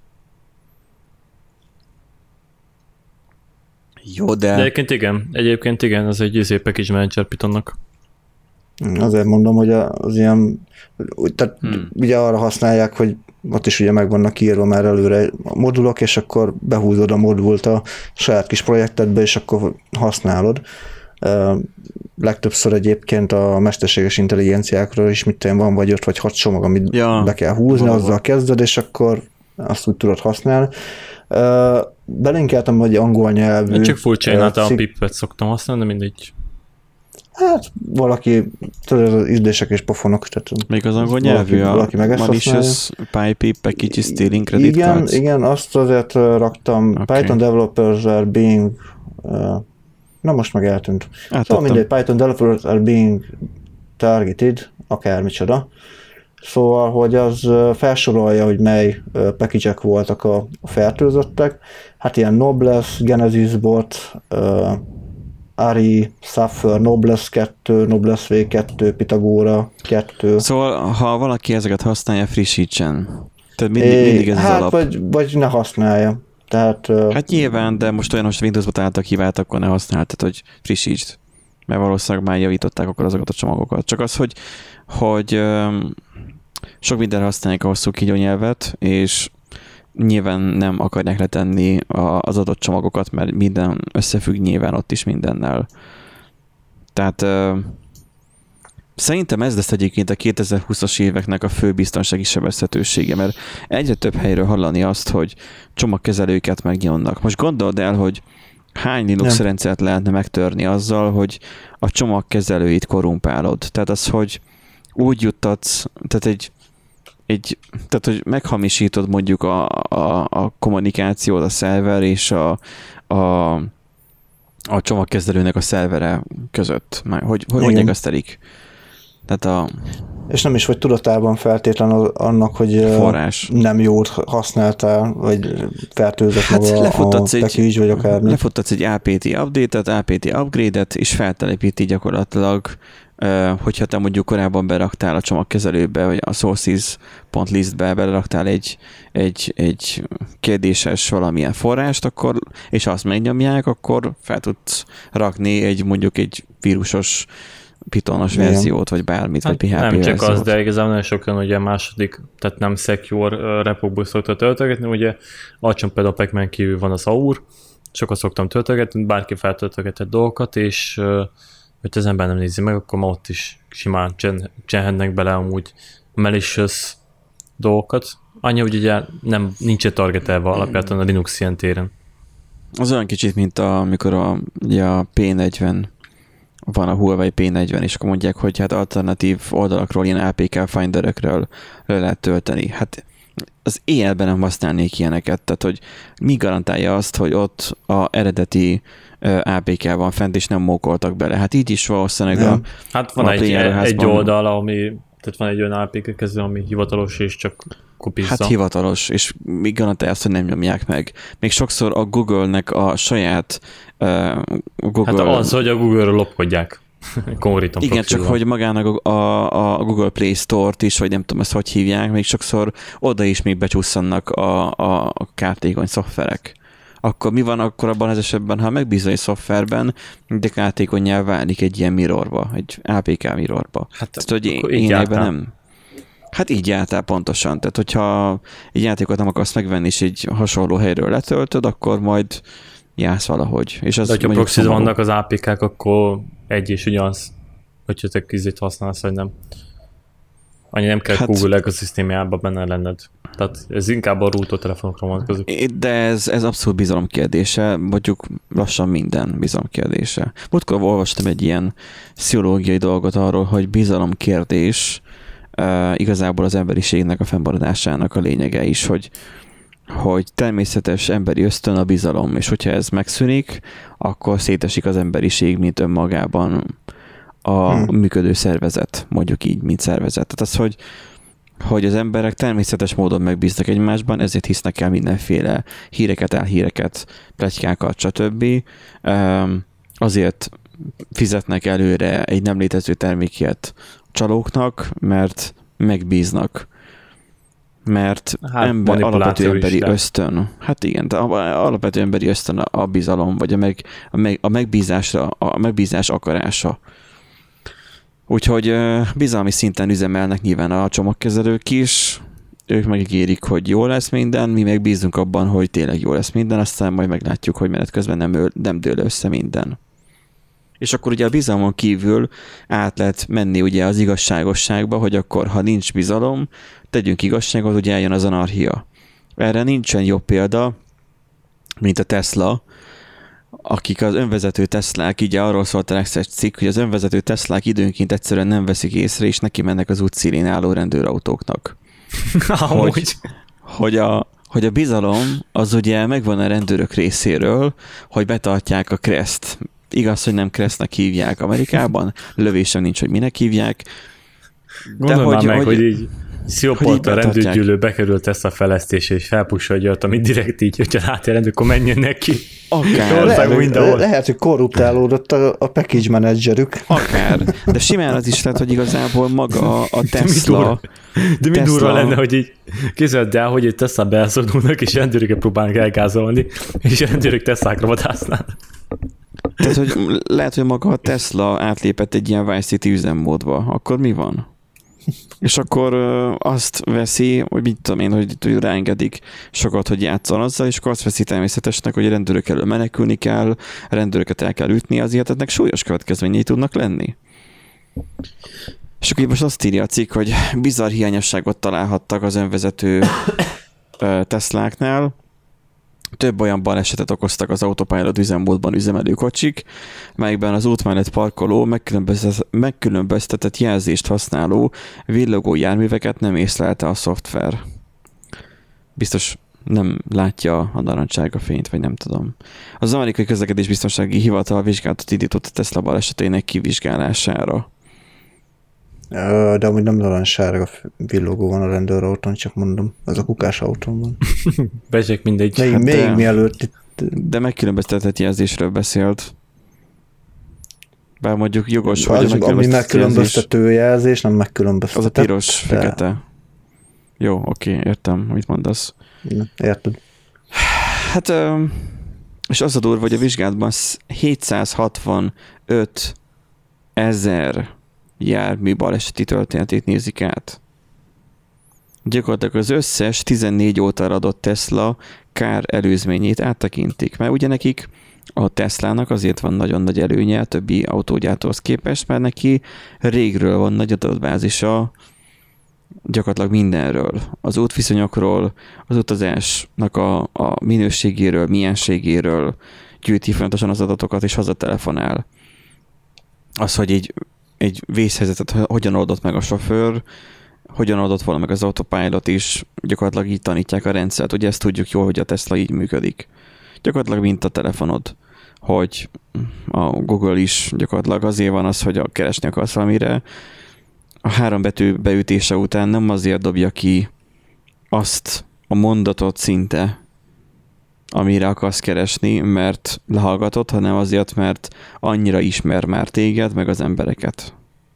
Jó, de... De egyébként igen, egyébként igen, ez egy izé package manager Pythonnak. Azért mondom, hogy az ilyen, tehát hmm. ugye arra használják, hogy ott is ugye meg vannak írva már előre a modulok, és akkor behúzod a modult a saját kis projektedbe, és akkor használod. Uh, legtöbbször egyébként a mesterséges intelligenciákról is mit van, vagy öt vagy hat csomag, amit ja, be kell húzni, valóban. Azzal kezded, és akkor azt úgy tudod használni. Uh, belinkeltem, hogy angol nyelvű. Én csak full csinálta uh, a pipet szoktam használni, de mindegy. Hát valaki, tudod, az ízlések és pofonok. Tehát még az angol nyelvű a malicious pé pé package stealing credit igen, cards. Igen, azt azért raktam. Okay. Python developers are being uh, na most meg eltűnt. Átadtam. Szóval mindegy, Python developers are being targeted, akármicsoda. Szóval, hogy az felsorolja, hogy mely package-ek voltak a fertőzöttek. Hát ilyen Noblesse, Genesis bot, uh, Ari, Suffer, Noblesse kettő, Noblesse vé kettő, Pythagora kettő. Szóval, ha valaki ezeket használja, frissítsen. Tehát mindig, mindig ez hát, az alap. Vagy, vagy ne használja. Tehát, hát nyilván, de most olyan, most Windowsba találtak hibát, akkor ne használtad, hogy frissítsd. Mert valószínűleg már javították akkor azokat a csomagokat. Csak az, hogy, hogy um, sok mindenre használják a hosszú kígyó nyelvet, és nyilván nem akarják letenni az adott csomagokat, mert minden összefügg nyilván ott is mindennel. Tehát uh, szerintem ez lesz egyébként a kétezer-húszas éveknek a fő biztonsági sebezhetősége, mert egyre több helyről hallani azt, hogy csomagkezelőket megnyomnak. Most gondold el, hogy hány Linux nem. rendszert lehetne megtörni azzal, hogy a csomagkezelőit korrumpálod. Tehát az, hogy úgy juttatsz, tehát egy Egy, tehát, hogy meghamisítod mondjuk a, a, a kommunikációt, a szerver és a, a, a csomagkezelőnek a szervere között. Hogy, hogy mondják azt elik? Tehát a... És nem is vagy tudatában feltétlen annak, hogy forrás. Nem jót használtál, vagy fertőzött hát maga a package, vagy akármi. Lefuttatsz egy á pé té update-et, á pé té upgrade-et, és feltelepíti gyakorlatilag, hogyha te mondjuk korábban beraktál a csomagkezelőbe, vagy a sources.listbe beleraktál egy, egy, egy kérdéses valamilyen forrást, akkor, és azt megnyomják, akkor fel tudsz rakni egy mondjuk egy vírusos Pythonos igen. verziót, vagy bármit, hát vagy pé há pé nem verziót. csak az, de igazából nagyon sokan ugye a második, tehát nem secure repokból szokta töltögetni, ugye alacsony például a Pacman kívül van az á u er, sokat szoktam töltögetni, bárki feltöltögetett dolgokat, és hogy az ember nem nézi meg, akkor ma ott is simán csinálhatnak bele amúgy malicious dolgokat. Annyi, hogy ugye nem, nincs targetelve alapjában a Linux ilyen téren. Az olyan kicsit, mint a, amikor a, ugye a pé negyven van a Huawei pé negyven, és akkor mondják, hogy hát alternatív oldalakról, ilyen á pé ká finderekről le lehet tölteni. Hát az éjjelben nem használnék ilyeneket, tehát hogy mi garantálja azt, hogy ott a eredeti á pé ká van fent, és nem mókoltak bele. Hát így is valószínűleg a hát van a egy, egy oldal, ami, tehát van egy olyan á pé ká kezdő, ami hivatalos, és csak kopizza. Hát hivatalos, és mi garantálja azt, hogy nem nyomják meg. Még sokszor a Google-nek a saját uh, Google... Hát az, hogy a Google-ről lopkodják. Konkrétan igen, csak van. Hogy magának a, a, a Google Play Store-t is, vagy nem tudom ezt hogy hívják, még sokszor oda is még becsúszanak a, a, a kártékony szoftverek. Akkor mi van akkor abban az esetben, ha megbízol egy szoftverben, de kártékonnyá válik egy ilyen mirrorba, egy á pé ká mirrorba. Hát tehát, hogy én, én ebben nem... Hát így jártál pontosan. Tehát, hogyha egy játékot nem akarsz megvenni, és egy hasonló helyről letöltöd, akkor majd jársz valahogy. És az de hogyha proxy vannak az á pé ká-k, akkor egy és ugyanaz, hogyha te kizét használsz, vagy nem. Annyi nem kell hát, Google ekoszisztémiában benne lenned. Tehát ez inkább a routó telefonokra vonatkozik. De ez, ez abszolút bizalom kérdése, mondjuk lassan minden bizalom kérdése. Múltkor olvastam egy ilyen pszichológiai dolgot arról, hogy bizalom kérdés uh, igazából az emberiségnek a fennmaradásának a lényege is, hogy, hogy természetes emberi ösztön a bizalom, és hogyha ez megszűnik, akkor szétesik az emberiség, mint önmagában a hmm. működő szervezet, mondjuk így, mint szervezet. Tehát az, hogy, hogy az emberek természetes módon megbíznak egymásban, ezért hisznek el mindenféle híreket, elhíreket, pletykákat, stb. Azért fizetnek előre egy nem létező terméket csalóknak, mert megbíznak. Mert hát, ember, alapvető emberi is, ösztön. Hát igen, de alapvető emberi ösztön a, a bizalom, vagy a, meg, a, meg, a megbízásra, a megbízás akarása. Úgyhogy bizalmi szinten üzemelnek nyilván a csomagkezelők is, ők megígérik, hogy jó lesz minden, mi meg bízunk abban, hogy tényleg jó lesz minden, aztán majd meglátjuk, hogy menet közben nem, nem dől össze minden. És akkor ugye a bizalmon kívül át lehet menni ugye az igazságosságba, hogy akkor, ha nincs bizalom, tegyünk igazságot, hogy eljön az anarchia. Erre nincsen jobb példa, mint a Tesla, akik az önvezető Teslák, így arról szólt a legszebb cikk, hogy az önvezető Teslák időnként egyszerűen nem veszik észre, és neki mennek az útszélén álló rendőrautóknak. hogy, hogy, a, hogy a bizalom az ugye megvan a rendőrök részéről, hogy betartják a kreszt. Igaz, hogy nem kresznek hívják Amerikában, lövésem nincs, hogy minek hívják. Gondolj már meg, hogy, hogy így Sziopolta rendőrgyűlő bekerült ezt a fejlesztésre, és felpussolja ott, amit direkt így, hogyha átjelent, akkor menjen neki. Akár. Le, lehet, hogy korruptálódott a, a package menedzserük. Akár. De simán az is lehet, hogy igazából maga a Tesla... De mi durva lenne, hogy így képzeld el, hogy egy Tesla belszódulnak, és rendőröket próbálnak elgázolni, és a rendőrök Teslákra vadásznak. Tehát, hogy lehet, hogy maga a Tesla átlépett egy ilyen Vice City üzemmódba. Akkor mi van? És akkor ö, azt veszi, hogy mit tudom én, hogy, hogy ráengedik sokat, hogy játszon azzal, és akkor azt veszi természetesnek, hogy a rendőrök elől menekülni kell, a rendőröket el kell ütni, azért ennek súlyos következményei tudnak lenni. És akkor most azt írja a cikk, hogy bizarr hiányosságot találhattak az önvezető ö, Tesláknál. Több olyan balesetet okoztak az autopilot üzemmódban üzemelő kocsik, melyekben az út mellett parkoló, megkülönböztetett jelzést használó villogó járműveket nem észlelte a szoftver. Biztos nem látja a narancssárga fényt, vagy nem tudom. Az amerikai közlekedésbiztonsági hivatal vizsgálatot indított a Tesla balesetének kivizsgálására. De amúgy nem narancssárga villogó van a rendőrautón, csak mondom, az a kukás autón van. Bezsek mindegy. Még, hát még de, mielőtt itt... De megkülönböztetett jelzésről beszélt. Bár mondjuk jogos, az, hogy ami megkülönböztető jelzés, nem megkülönböztetett. Az a piros, de... fekete. Jó, oké, értem, mit mondasz. Érted. Hát, és az a durva, hogy a vizsgálatban hétszázhatvanöt ezer jármű baleseti történetét nézik át. Gyakorlatilag az összes tizennégy óta adott Tesla kár előzményét áttekintik, mert ugye nekik a Teslának azért van nagyon nagy előnye a többi autógyártóhoz képest, mert neki régről van nagy adatbázisa gyakorlatilag mindenről. Az útviszonyokról, az utazásnak a, a minőségéről, mienségéről gyűjti folyamatosan az adatokat, és hazatelefonál. Az, hogy így egy vészhelyzetet hogyan oldott meg a sofőr, hogyan oldott volna meg az autopilot is, gyakorlatilag így tanítják a rendszert. Ugye ezt tudjuk jól, hogy a Tesla így működik. Gyakorlatilag mint a telefonod, hogy a Google is gyakorlatilag azért van az, hogy keresni akarsz valamire. A három betű beütése után nem azért dobja ki azt a mondatot szinte, amire akarsz keresni, mert lehallgatod, hanem azért, mert annyira ismer már téged, meg az embereket.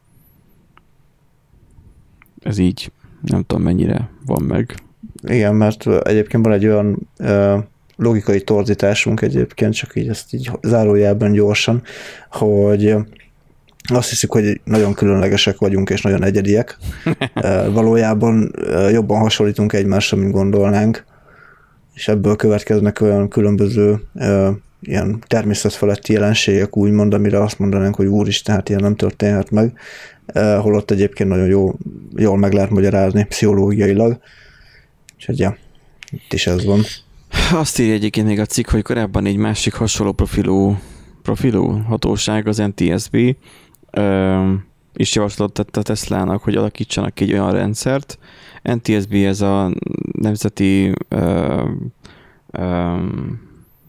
Ez így nem tudom mennyire van meg. Igen, mert egyébként van egy olyan uh, logikai torzításunk egyébként, csak így ezt így zárójelben gyorsan, hogy azt hiszük, hogy nagyon különlegesek vagyunk, és nagyon egyediek. uh, valójában uh, jobban hasonlítunk egymásra, mint gondolnánk, és ebből következnek olyan különböző uh, ilyen természetfeletti jelenségek, úgymond, amire azt mondanánk, hogy úristen, hát ilyen nem történhet meg, holott egyébként nagyon jó, jól meg lehet magyarázni pszichológiailag. Úgyhogy ja, itt is ez van. Azt írja egyébként még a cikk, hogy korábban egy másik hasonló profilú, profilú hatóság, az en té es bé, is javaslatot tett a Teslának, hogy alakítsanak egy olyan rendszert. en té es bé ez a nemzeti uh, um,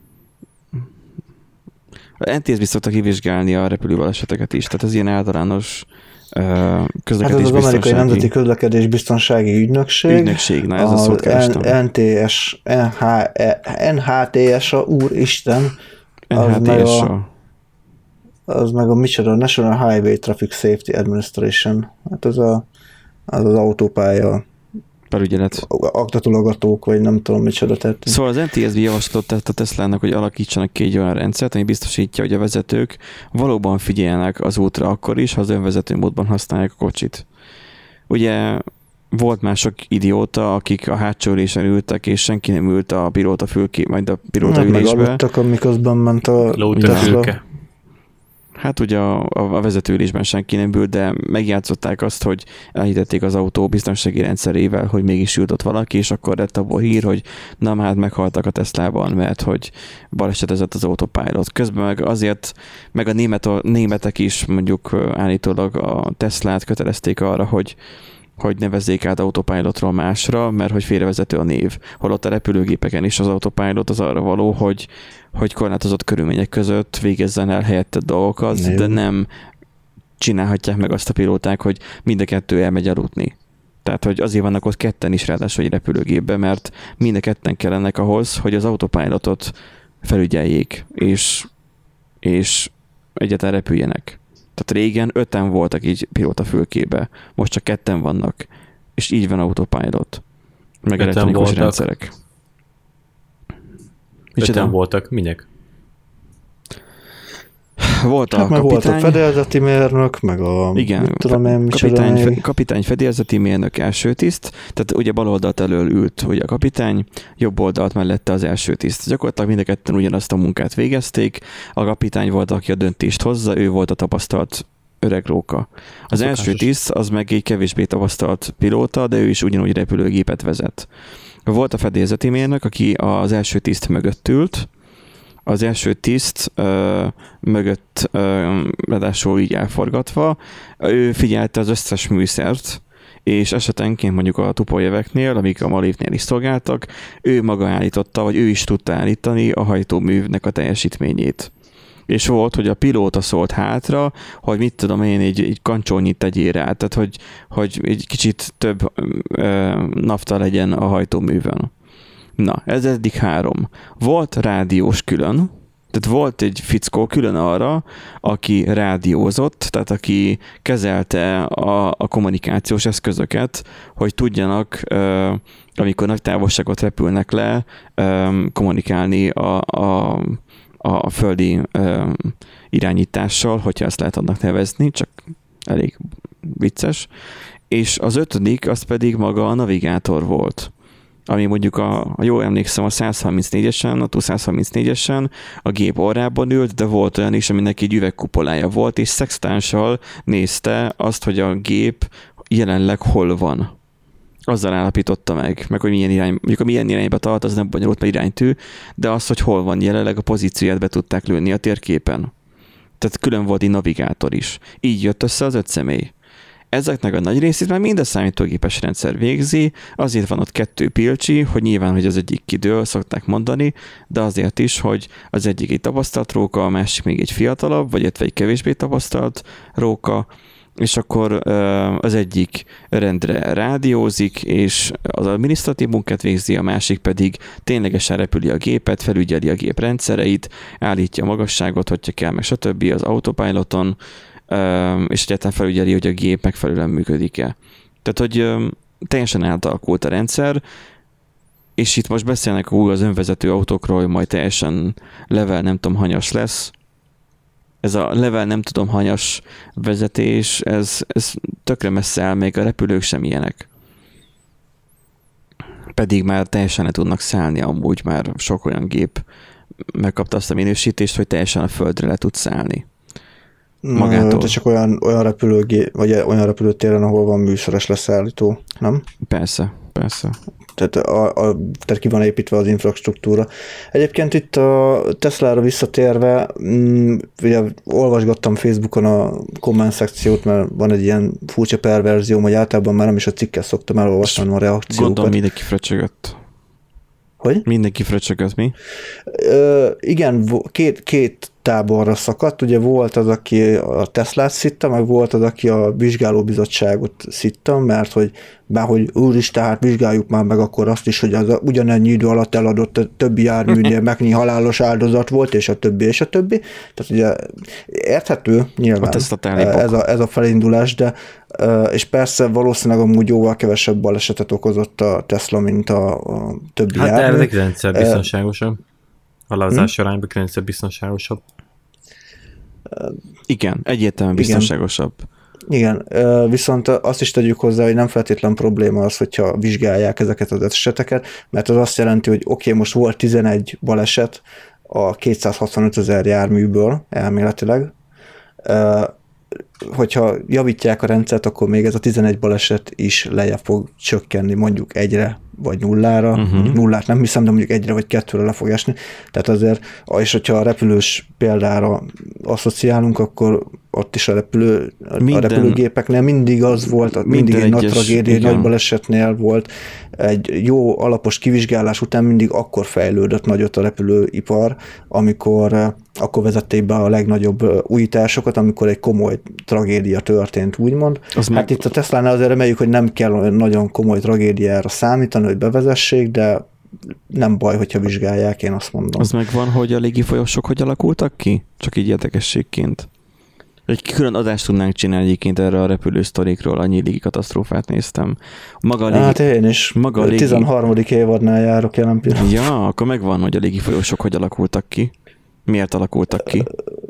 a en té es bé szokta kivizsgálni a repülőbaleseteket is, tehát ez ilyen általános uh, közlekedés hát ez az Amerikai Nemzeti Közlekedés Biztonsági Ügynökség. Ügynökség, na ez a szót kerestem. en té es, en há té es, úristen, az meg a, az meg a micsoda, National Highway Traffic Safety Administration. Hát ez a, az, az autópálya felügyelet. Aktatologatók, vagy nem tudom micsoda tett. Szóval az en té es bé javaslatot tett a Teslának, hogy alakítsanak ki egy olyan rendszert, ami biztosítja, hogy a vezetők valóban figyeljenek az útra akkor is, ha az önvezető módban használják a kocsit. Ugye volt mások idióta, akik a hátsó ülésen ültek, és senki nem ült a pilóta fülké, majd a pilóta ülésbe. Meg aludtak, amiközben ment a Tesla. Hát ugye a, a vezetőülésben senki nem ült, de megjátszották azt, hogy elhitették az autó biztonsági rendszerével, hogy mégis ült ott valaki, és akkor lett abból hír, hogy na hát meghaltak a Teslában, mert hogy balesetezett az autopilot. Közben meg azért, meg a német, a németek is mondjuk állítólag a Teslát kötelezték arra, hogy hogy nevezzék át autopilotról másra, mert hogy félrevezető a név. Holott a repülőgépeken is az autopilot az arra való, hogy, hogy korlátozott körülmények között végezzen el helyetted dolgokat, Név. de nem csinálhatják meg azt a pilóták, hogy mind a kettő elmegy aludni. Tehát, hogy azért vannak ott ketten is ráadásul egy repülőgépben, mert mind a ketten kellenek ahhoz, hogy az autopilotot felügyeljék, és, és egyáltalán repüljenek. Tehát régen öten voltak így pilóta fülkébe, most csak ketten vannak, és így van autopilot, meg elektronikus rendszerek. Öten voltak, minek? Volt a hát kapitány. Volt a fedélzeti mérnök, meg a igen, tudom én, kapitány, fe, kapitány fedélzeti mérnök első tiszt, tehát ugye bal oldalt elől ült ugye a kapitány, jobb oldalt mellette az első tiszt. Gyakorlatilag mind a ketten ugyanazt a munkát végezték, a kapitány volt, aki a döntést hozza, ő volt a tapasztalt öreg róka. Az Szokásos. első tiszt az meg egy kevésbé tapasztalt pilóta, de ő is ugyanúgy repülőgépet vezet. Volt a fedélzeti mérnök, aki az első tiszt mögött ült, az első tiszt ö, mögött ö, ráadásul így elforgatva, ő figyelte az összes műszert, és esetenként mondjuk a tupójeveknél, amik a Malévnél is szolgáltak, ő maga állította, vagy ő is tudta állítani a hajtóművnek a teljesítményét. És volt, hogy a pilóta szólt hátra, hogy mit tudom én, egy, egy kancsónyit tegyél rá, tehát hogy, hogy egy kicsit több ö, nafta legyen a hajtóművön. Na, ez eddig három. Volt rádiós külön, tehát volt egy fickó külön arra, aki rádiózott, tehát aki kezelte a, a kommunikációs eszközöket, hogy tudjanak, ö, amikor nagy távolságot repülnek le, ö, kommunikálni a, a, a földi ö, irányítással, hogyha ezt lehet annak nevezni, csak elég vicces. És az ötödik, az pedig maga a navigátor volt, ami mondjuk, a, a jól emlékszem, a száz harmincnégyesen, a száz harmincnégyesen a gép orrában ült, de volt olyan is, aminek egy üvegkupolája volt, és szextánssal nézte azt, hogy a gép jelenleg hol van. Azzal állapította meg, meg hogy milyen irány, mondjuk a milyen irányba tart, az nem bonyolult, mert iránytű, de az, hogy hol van jelenleg, a pozícióját be tudták lőni a térképen. Tehát külön volt egy navigátor is. Így jött össze az öt személy. Ezeknek a nagy részét már mind a számítógépes rendszer végzi, azért van ott kettő pilcsi, hogy nyilván, hogy az egyik kidől, szokták mondani, de azért is, hogy az egyik egy tapasztalt róka, a másik még egy fiatalabb, vagy egy kevésbé tapasztalt róka, és akkor az egyik rendre rádiózik, és az adminisztratív munkát végzi, a másik pedig ténylegesen repüli a gépet, felügyeli a gép rendszereit, állítja a magasságot, hogyha kell, meg stb. Az autopiloton, és egyáltalán felügyeli, hogy a gép megfelelően működik-e. Tehát, hogy teljesen átalakult a rendszer, és itt most beszélnek úgy az önvezető autókról, hogy majd teljesen level nem tudom hanyas lesz. Ez a level nem tudom hanyas vezetés, ez, ez tökre messze áll, még a repülők sem ilyenek. Pedig már teljesen le tudnak szállni amúgy már sok olyan gép megkapta azt a minősítést, hogy teljesen a földre le tudsz szállni. Magától. De csak olyan, olyan repülőgé, vagy olyan repülőtéren, ahol van műszeres leszállító, nem? Persze, persze. Tehát, a, a, tehát ki van építve az infrastruktúra. Egyébként itt a Teslára visszatérve, m, ugye olvasgattam Facebookon a komment szekciót, mert van egy ilyen furcsa perverzió, hogy általában már nem is a cikket szoktam elolvasni, hanem a reakciókat. Gondolom mindenki fröcsögött. Hogy? Mindenki fröcsögött, mi? Ö, igen, két, két táborra szakadt. Ugye volt az, aki a Teslát szitta, meg volt az, aki a vizsgálóbizottságot szitta, mert hogy bárhogy úristen, hát vizsgáljuk már meg akkor azt is, hogy az ugyanennyi idő alatt eladott a többi járműnél megnyi halálos áldozat volt, és a többi, és a többi. Tehát ugye érthető nyilván ez a, ez a felindulás, de és persze valószínűleg amúgy jóval kevesebb balesetet okozott a Tesla, mint a, a többi hát jármű. Hát de kilencszer biztonságosabb. A lázás hmm? arányban kilencszer biztonságosabb. Igen, egyértelműen biztonságosabb. Igen, viszont azt is tegyük hozzá, hogy nem feltétlen probléma az, hogyha vizsgálják ezeket az eseteket, mert az azt jelenti, hogy oké, okay, most volt tizenegy baleset a kétszázhatvanöt ezer járműből elméletileg, hogyha javítják a rendszert, akkor még ez a tizenegy baleset is lejjebb fog csökkenni mondjuk egyre vagy nullára, uh-huh. mondjuk nullát nem hiszem, de mondjuk egyre vagy kettőre le fog esni. Tehát azért, és hogyha a repülős példára asszociálunk, akkor ott is a, repülő, minden, a repülőgépeknél mindig az volt, mindig egy nagy tragédia, egy nagy balesetnél volt, egy jó alapos kivizsgálás után mindig akkor fejlődött nagyot a repülőipar, amikor akkor vezették be a legnagyobb újításokat, amikor egy komoly tragédia történt, úgymond. Az hát meg... itt a Teslánál azért reméljük, hogy nem kell nagyon komoly tragédiára számítani, hogy bevezessék, de nem baj, hogyha vizsgálják, én azt mondom. Az megvan, hogy a légifolyosok hogy alakultak ki? Csak így érdekességként. Egy külön adást tudnánk csinálni egyébként erre a repülősztorikról, annyi légi katasztrófát néztem. Maga a légi... Hát én is. Maga a légi... tizenharmadik évadnál járok jelen pillanatban. Ja, akkor megvan, hogy a légifolyosok hogy alakultak ki. Miért alakultak ki?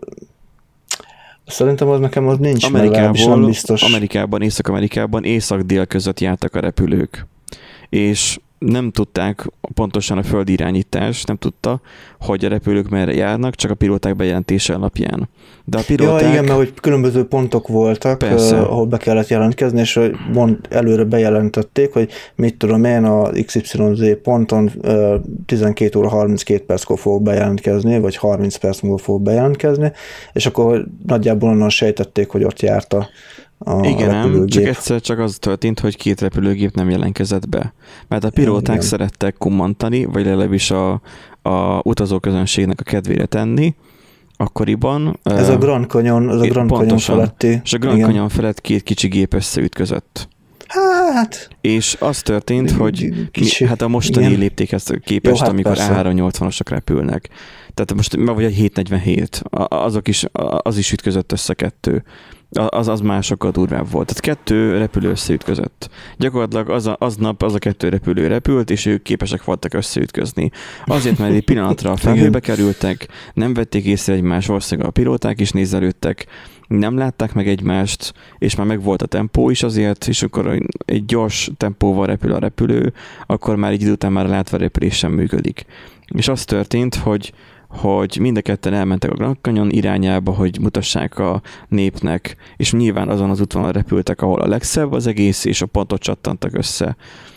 Szerintem az nekem az nincs, Amerikából, nem biztos. Amerikában, Észak-Amerikában észak-dél között jártak a repülők. És nem tudták pontosan a földi irányítás, nem tudta, hogy a repülők merre járnak, csak a pilóták bejelentése alapján. De a pilóták... Ja, igen, mert hogy különböző pontok voltak, uh, ahol be kellett jelentkezni, és mond, előre bejelentették, hogy mit tudom én, a iksz ipszilon zé ponton uh, tizenkét óra harminckét perckor fog bejelentkezni, vagy harminc perc múlva fog bejelentkezni, és akkor nagyjából onnan sejtették, hogy ott járt a A Igen, nem, csak egyszer csak az történt, hogy két repülőgép nem jelentkezett be. Mert a pilóták Igen. szerettek kummantani, vagy legalábbis a, a utazóközönségnek a kedvére tenni, akkoriban. Ez uh, a Grand Canyon, ez a Grand Canyon feletti. És a Grand Igen. Canyon felett két kicsi gép összeütközött. Hát... És az történt, hogy mi, hát a mostani Igen. léptékhez képest, Jó, hát amikor á háromszáznyolcvanosok repülnek. Tehát most vagy a hétszáznegyvenhét, azok is, az is ütközött össze kettő. Az, az már sokkal durvább volt. Tehát kettő repülő összeütközött. Gyakorlatilag az a, aznap az a kettő repülő repült, és ők képesek voltak összeütközni. Azért, mert egy pillanatra a felhőbe kerültek, nem vették észre egymást, valószínűleg a pilóták is nézelődtek, nem látták meg egymást, és már meg volt a tempó is azért, és akkor egy gyors tempóval repül a repülő, akkor már egy idő után már a látvarepülés sem működik. És az történt, hogy hogy mind a ketten elmentek a Grand Canyon irányába, hogy mutassák a népnek, és nyilván azon az útvonalon repültek, ahol a legszebb az egész, és a pontot csattantak össze.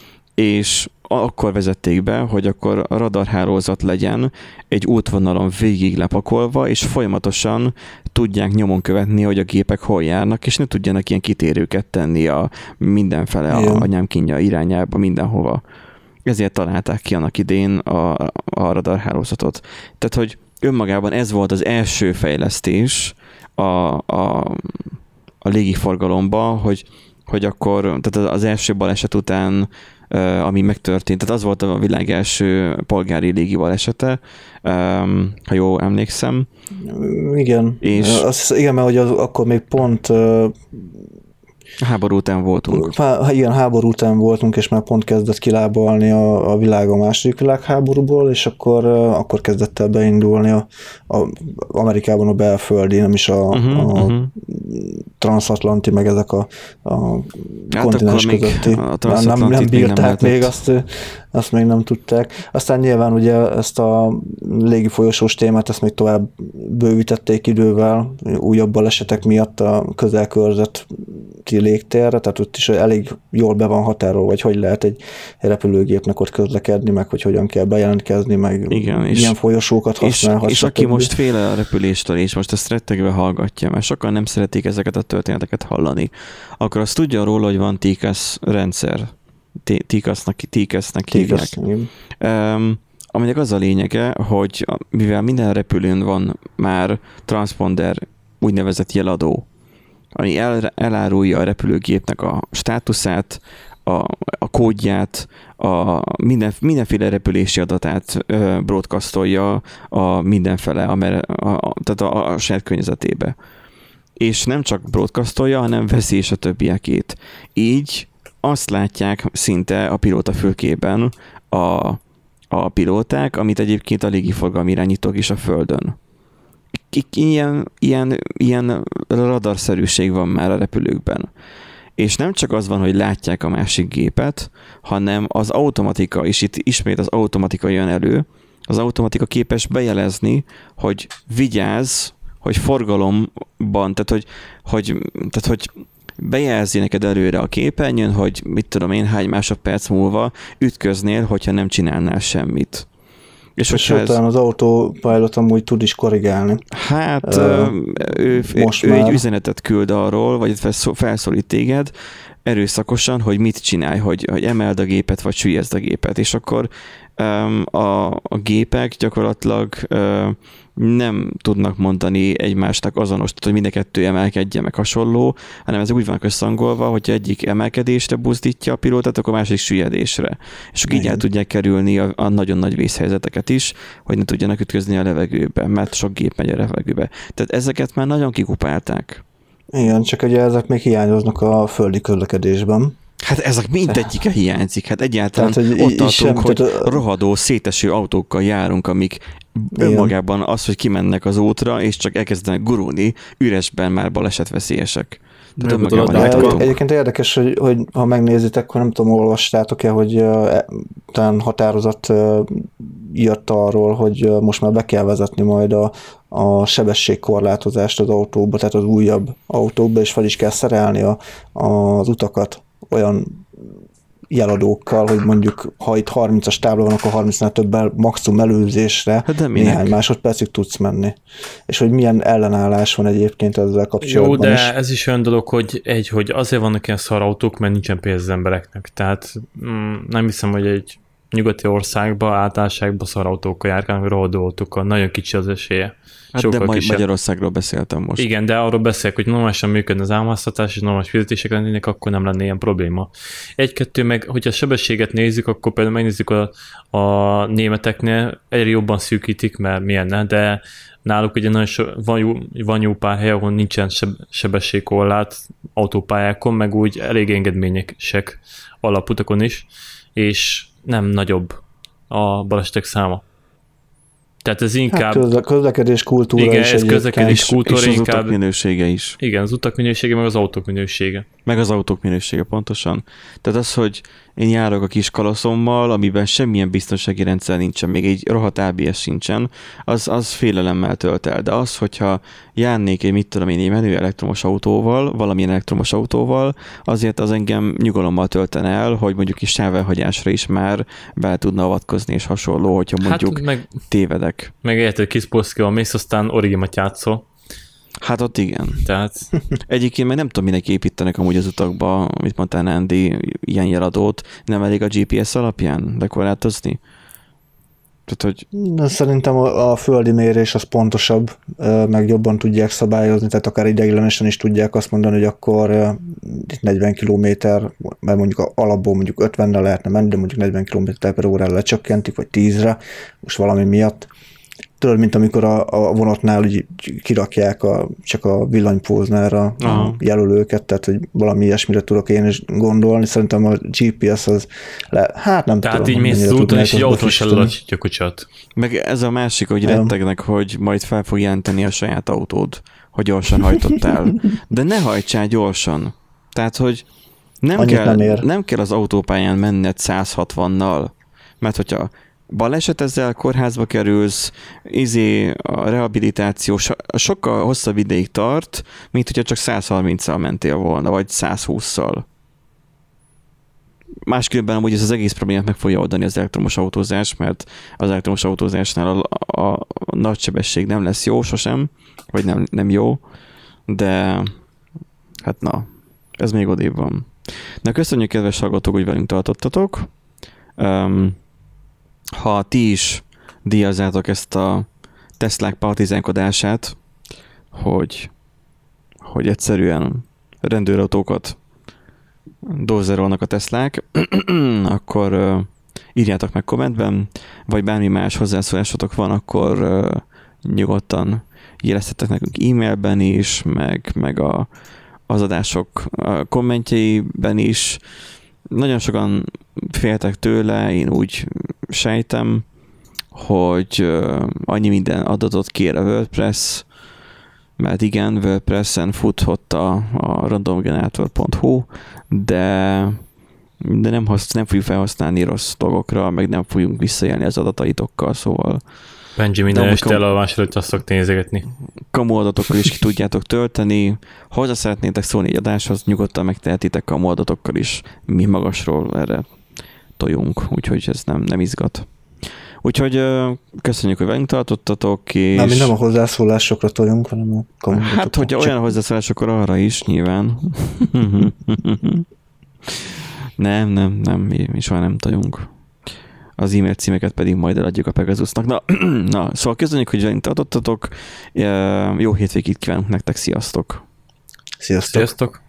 És akkor vezették be, hogy akkor a radarhálózat legyen egy útvonalon végig lepakolva, és folyamatosan tudják nyomon követni, hogy a gépek hol járnak, és ne tudjanak ilyen kitérőket tenni a mindenfele a anyám kínja irányába, mindenhova. Ezért találták ki annak idén a, a radarhálózatot. Tehát, hogy önmagában ez volt az első fejlesztés a, a, a légiforgalomba, hogy, hogy akkor, tehát az első baleset után, ami megtörtént, tehát az volt a világ első polgári légi balesete, ha jól emlékszem. Igen, és... az, igen, mert hogy az, akkor még pont Háború után voltunk. Há, igen, háború után voltunk, és már pont kezdett kilábalni a, a világ a második világháborúból, és akkor, akkor kezdett el beindulni a, a Amerikában a belföldi, nem is a, uh-huh, a uh-huh. transatlanti, meg ezek a, a hát kontinens közötti. A nem, nem bírták még, még azt, azt még nem tudták. Aztán nyilván ugye ezt a légifolyosós témát, ezt még tovább bővítették idővel, újabb balesetek miatt a közel-körzeti légtérre, tehát ott is elég jól be van határolva, vagy hogy lehet egy repülőgépnek ott közlekedni, meg hogy hogyan kell bejelentkezni, meg igen, milyen és, folyosókat használhat. És, és aki most fél a repüléstől, és most ezt rettegve hallgatja, mert sokan nem szeretik ezeket a történeteket hallani, akkor azt tudja róla, hogy van té i ká-s rendszer. té i ká-sznak hívják. Um, aminek az a lényege, hogy mivel minden repülőn van már transponder úgynevezett jeladó, ami el, elárulja a repülőgépnek a státuszát, a, a kódját, a minden, mindenféle repülési adatát ö, broadcastolja a mindenfele, a, a, a, tehát a, a saját környezetébe. És nem csak broadcastolja, hanem veszi is a többiekét. Így azt látják szinte a pilóta fülkében a, a pilóták, amit egyébként a légiforgalmi irányítók is a földön. Ilyen, ilyen, ilyen radarszerűség van már a repülőkben. És nem csak az van, hogy látják a másik gépet, hanem az automatika, és itt ismét az automatika jön elő, az automatika képes bejelezni, hogy vigyázz, hogy forgalomban, tehát hogy, hogy, tehát, hogy bejelzi neked előre a képernyőn, hogy mit tudom én, hány másodperc múlva ütköznél, hogyha nem csinálnál semmit. És, és ez... talán az autopilot amúgy tud is korrigálni. Hát uh, ő, most ő egy üzenetet küld arról, vagy felszólít téged erőszakosan, hogy mit csinálj, hogy, hogy emeld a gépet, vagy süllyezd a gépet. És akkor um, a, a gépek gyakorlatilag uh, nem tudnak mondani egymásnak azonos, hogy mind a kettő emelkedje, meg hasonló, hanem ez úgy van összhangolva, hogyha egyik emelkedésre buzdítja a pilótát, akkor a másik süllyedésre. És akkor így el tudják kerülni a, a nagyon nagy vészhelyzeteket is, hogy ne tudjanak ütközni a levegőbe, mert sok gép megy a levegőbe. Tehát ezeket már nagyon kikupálták. Igen, csak ugye ezek még hiányoznak a földi közlekedésben. Hát ezek mindegyike hiányzik. Hát egyáltalán tehát, hogy ott tartunk, sem, hogy a... rohadó, széteső autókkal járunk, amik igen. önmagában az, hogy kimennek az útra, és csak elkezdenek gurulni, üresben már balesetveszélyesek. Tehát önmagában egyébként érdekes, hogy, hogy ha megnézitek, akkor nem tudom, olvastátok-e, hogy uh, talán határozat uh, jött arról, hogy uh, most már be kell vezetni majd a, a sebességkorlátozást az autóba, tehát az újabb autókba, és fel is kell szerelni a, az utakat olyan jeladókkal, hogy mondjuk, ha itt harmincas tábla van, akkor harmincnál többel maximum előzésre hát néhány másodpercig tudsz menni. És hogy milyen ellenállás van egyébként ezzel kapcsolatban. Jó, de is. ez is olyan dolog, hogy egy, hogy azért vannak ilyen szar autók, mert nincsen pénz az embereknek. Tehát mm, nem hiszem, hogy egy nyugati országban, általánosságban szar autókkal járkálnak, rohadó autókkal. Nagyon kicsi az esélye. Hát de majd Magyarországról beszéltem most. Igen, de arról beszélek, hogy normálisan működne az államháztartás, és normális fizetések lennének, akkor nem lenne ilyen probléma. Egy-kettő meg, hogyha a sebességet nézzük, akkor például megnézzük a, a németeknél, egyre jobban szűkítik, mert milyenne, de náluk ugye nagyon so, van, jó, van jó pár hely, ahol nincsen seb, sebességkorlát autópályákon, meg úgy elég engedményesek alaputakon is, és nem nagyobb a balesetek száma. Tehát ez inkább... Hát közlekedés kultúra igen, is. Igen, ez közlekedés kultúra és az inkább... utak minősége is. Igen, az utak minősége, meg az autók minősége. Meg az autók minősége, pontosan. Tehát az, hogy én járok a kis kalaszommal, amiben semmilyen biztonsági rendszer nincsen, még egy rohadt á bé es sincsen, az, az félelemmel tölt el. De az, hogyha járnék egy, mit tudom én, egy menő elektromos autóval, valamilyen elektromos autóval, azért az engem nyugalommal töltene el, hogy mondjuk is sávelhagyásra is már bele tudna avatkozni, és hasonló, hogyha mondjuk hát meg, tévedek. Meg érted, kis Polszkival mész, aztán origimat játszol. Hát ott igen. Tehát... Egyébként meg nem tudom, minek építenek amúgy az utakba, amit mondtál, Nándi, ilyen jeladót. Nem elég a gé pé es alapján dekorlátozni? Tehát, hogy... De szerintem a, a földi mérés az pontosabb, meg jobban tudják szabályozni, tehát akár ideiglenesen is tudják azt mondani, hogy akkor negyven kilométer, mert mondjuk alapból mondjuk ötvennel lehetne menni, de mondjuk negyven kilométer per órára lecsökkentik, vagy tízre, most valami miatt. tudod, mint amikor a, a vonatnál úgy kirakják a, csak a villanypóznára a jelölőket, tehát hogy valami ilyesmire tudok én is gondolni. Szerintem a gé pé es az le, hát nem tehát tudom. Tehát így mész az úton, és egy autós eladhatja a kucsat. Meg ez a másik, hogy rettegnek, hogy majd fel fog jelenteni a saját autód, hogy gyorsan hajtottál. De ne hajtsál gyorsan. Tehát, hogy nem kell, nem, nem kell az autópályán menned száz hatvannal, mert hogyha baleset ezzel kórházba kerülsz, izé a rehabilitáció so- sokkal hosszabb ideig tart, mint hogyha csak száz harminccal mentél volna, vagy száz hússzal. Máskülönben amúgy ez az egész problémát meg fogja oldani az elektromos autózás, mert az elektromos autózásnál a, a, a nagy sebesség nem lesz jó sosem, vagy nem, nem jó, de hát na, ez még odébb van. Na, köszönjük, kedves hallgatók, hogy velünk tartottatok. Um, ha ti is díjazzátok ezt a Teslák partizánkodását, hogy, hogy egyszerűen rendőrautókat dózerolnak a Teslák, akkor uh, írjátok meg kommentben, vagy bármi más hozzászólásotok van, akkor uh, nyugodtan jeleztetek nekünk e-mailben is, meg, meg a, az adások a kommentjeiben is. Nagyon sokan féltek tőle, én úgy sejtem, hogy uh, annyi minden adatot kér a WordPress, mert igen, WordPress-en futhat a, a randomgenerator pont hu, de, de nem, hasz, nem fogjuk felhasználni rossz dolgokra, meg nem fogjuk visszaélni az adataitokkal, szóval... Benji minden este kam- elalvás előtt azt szokta nézegetni. Kamu adatokkal is ki tudjátok tölteni. Ha hozzá szeretnétek szólni egy adáshoz, nyugodtan megtehetitek kamu adatokkal is. Mi magasról erre tojunk, úgyhogy ez nem, nem izgat. Úgyhogy köszönjük, hogy velünk tartottatok, és... Nem, mi nem a hozzászólásokra tojunk, hanem a kamu adatokra. Hát, hogyha olyan hozzászólás, akkor arra is, nyilván. nem, nem, nem, mi, mi soha nem tojunk. Az e-mail címeket pedig majd eladjuk a Pegasusnak. Na, na, szóval köszönjük, hogy velünk tartottatok. Jó hétvégét kívánunk nektek, sziasztok! Sziasztok! Sziasztok.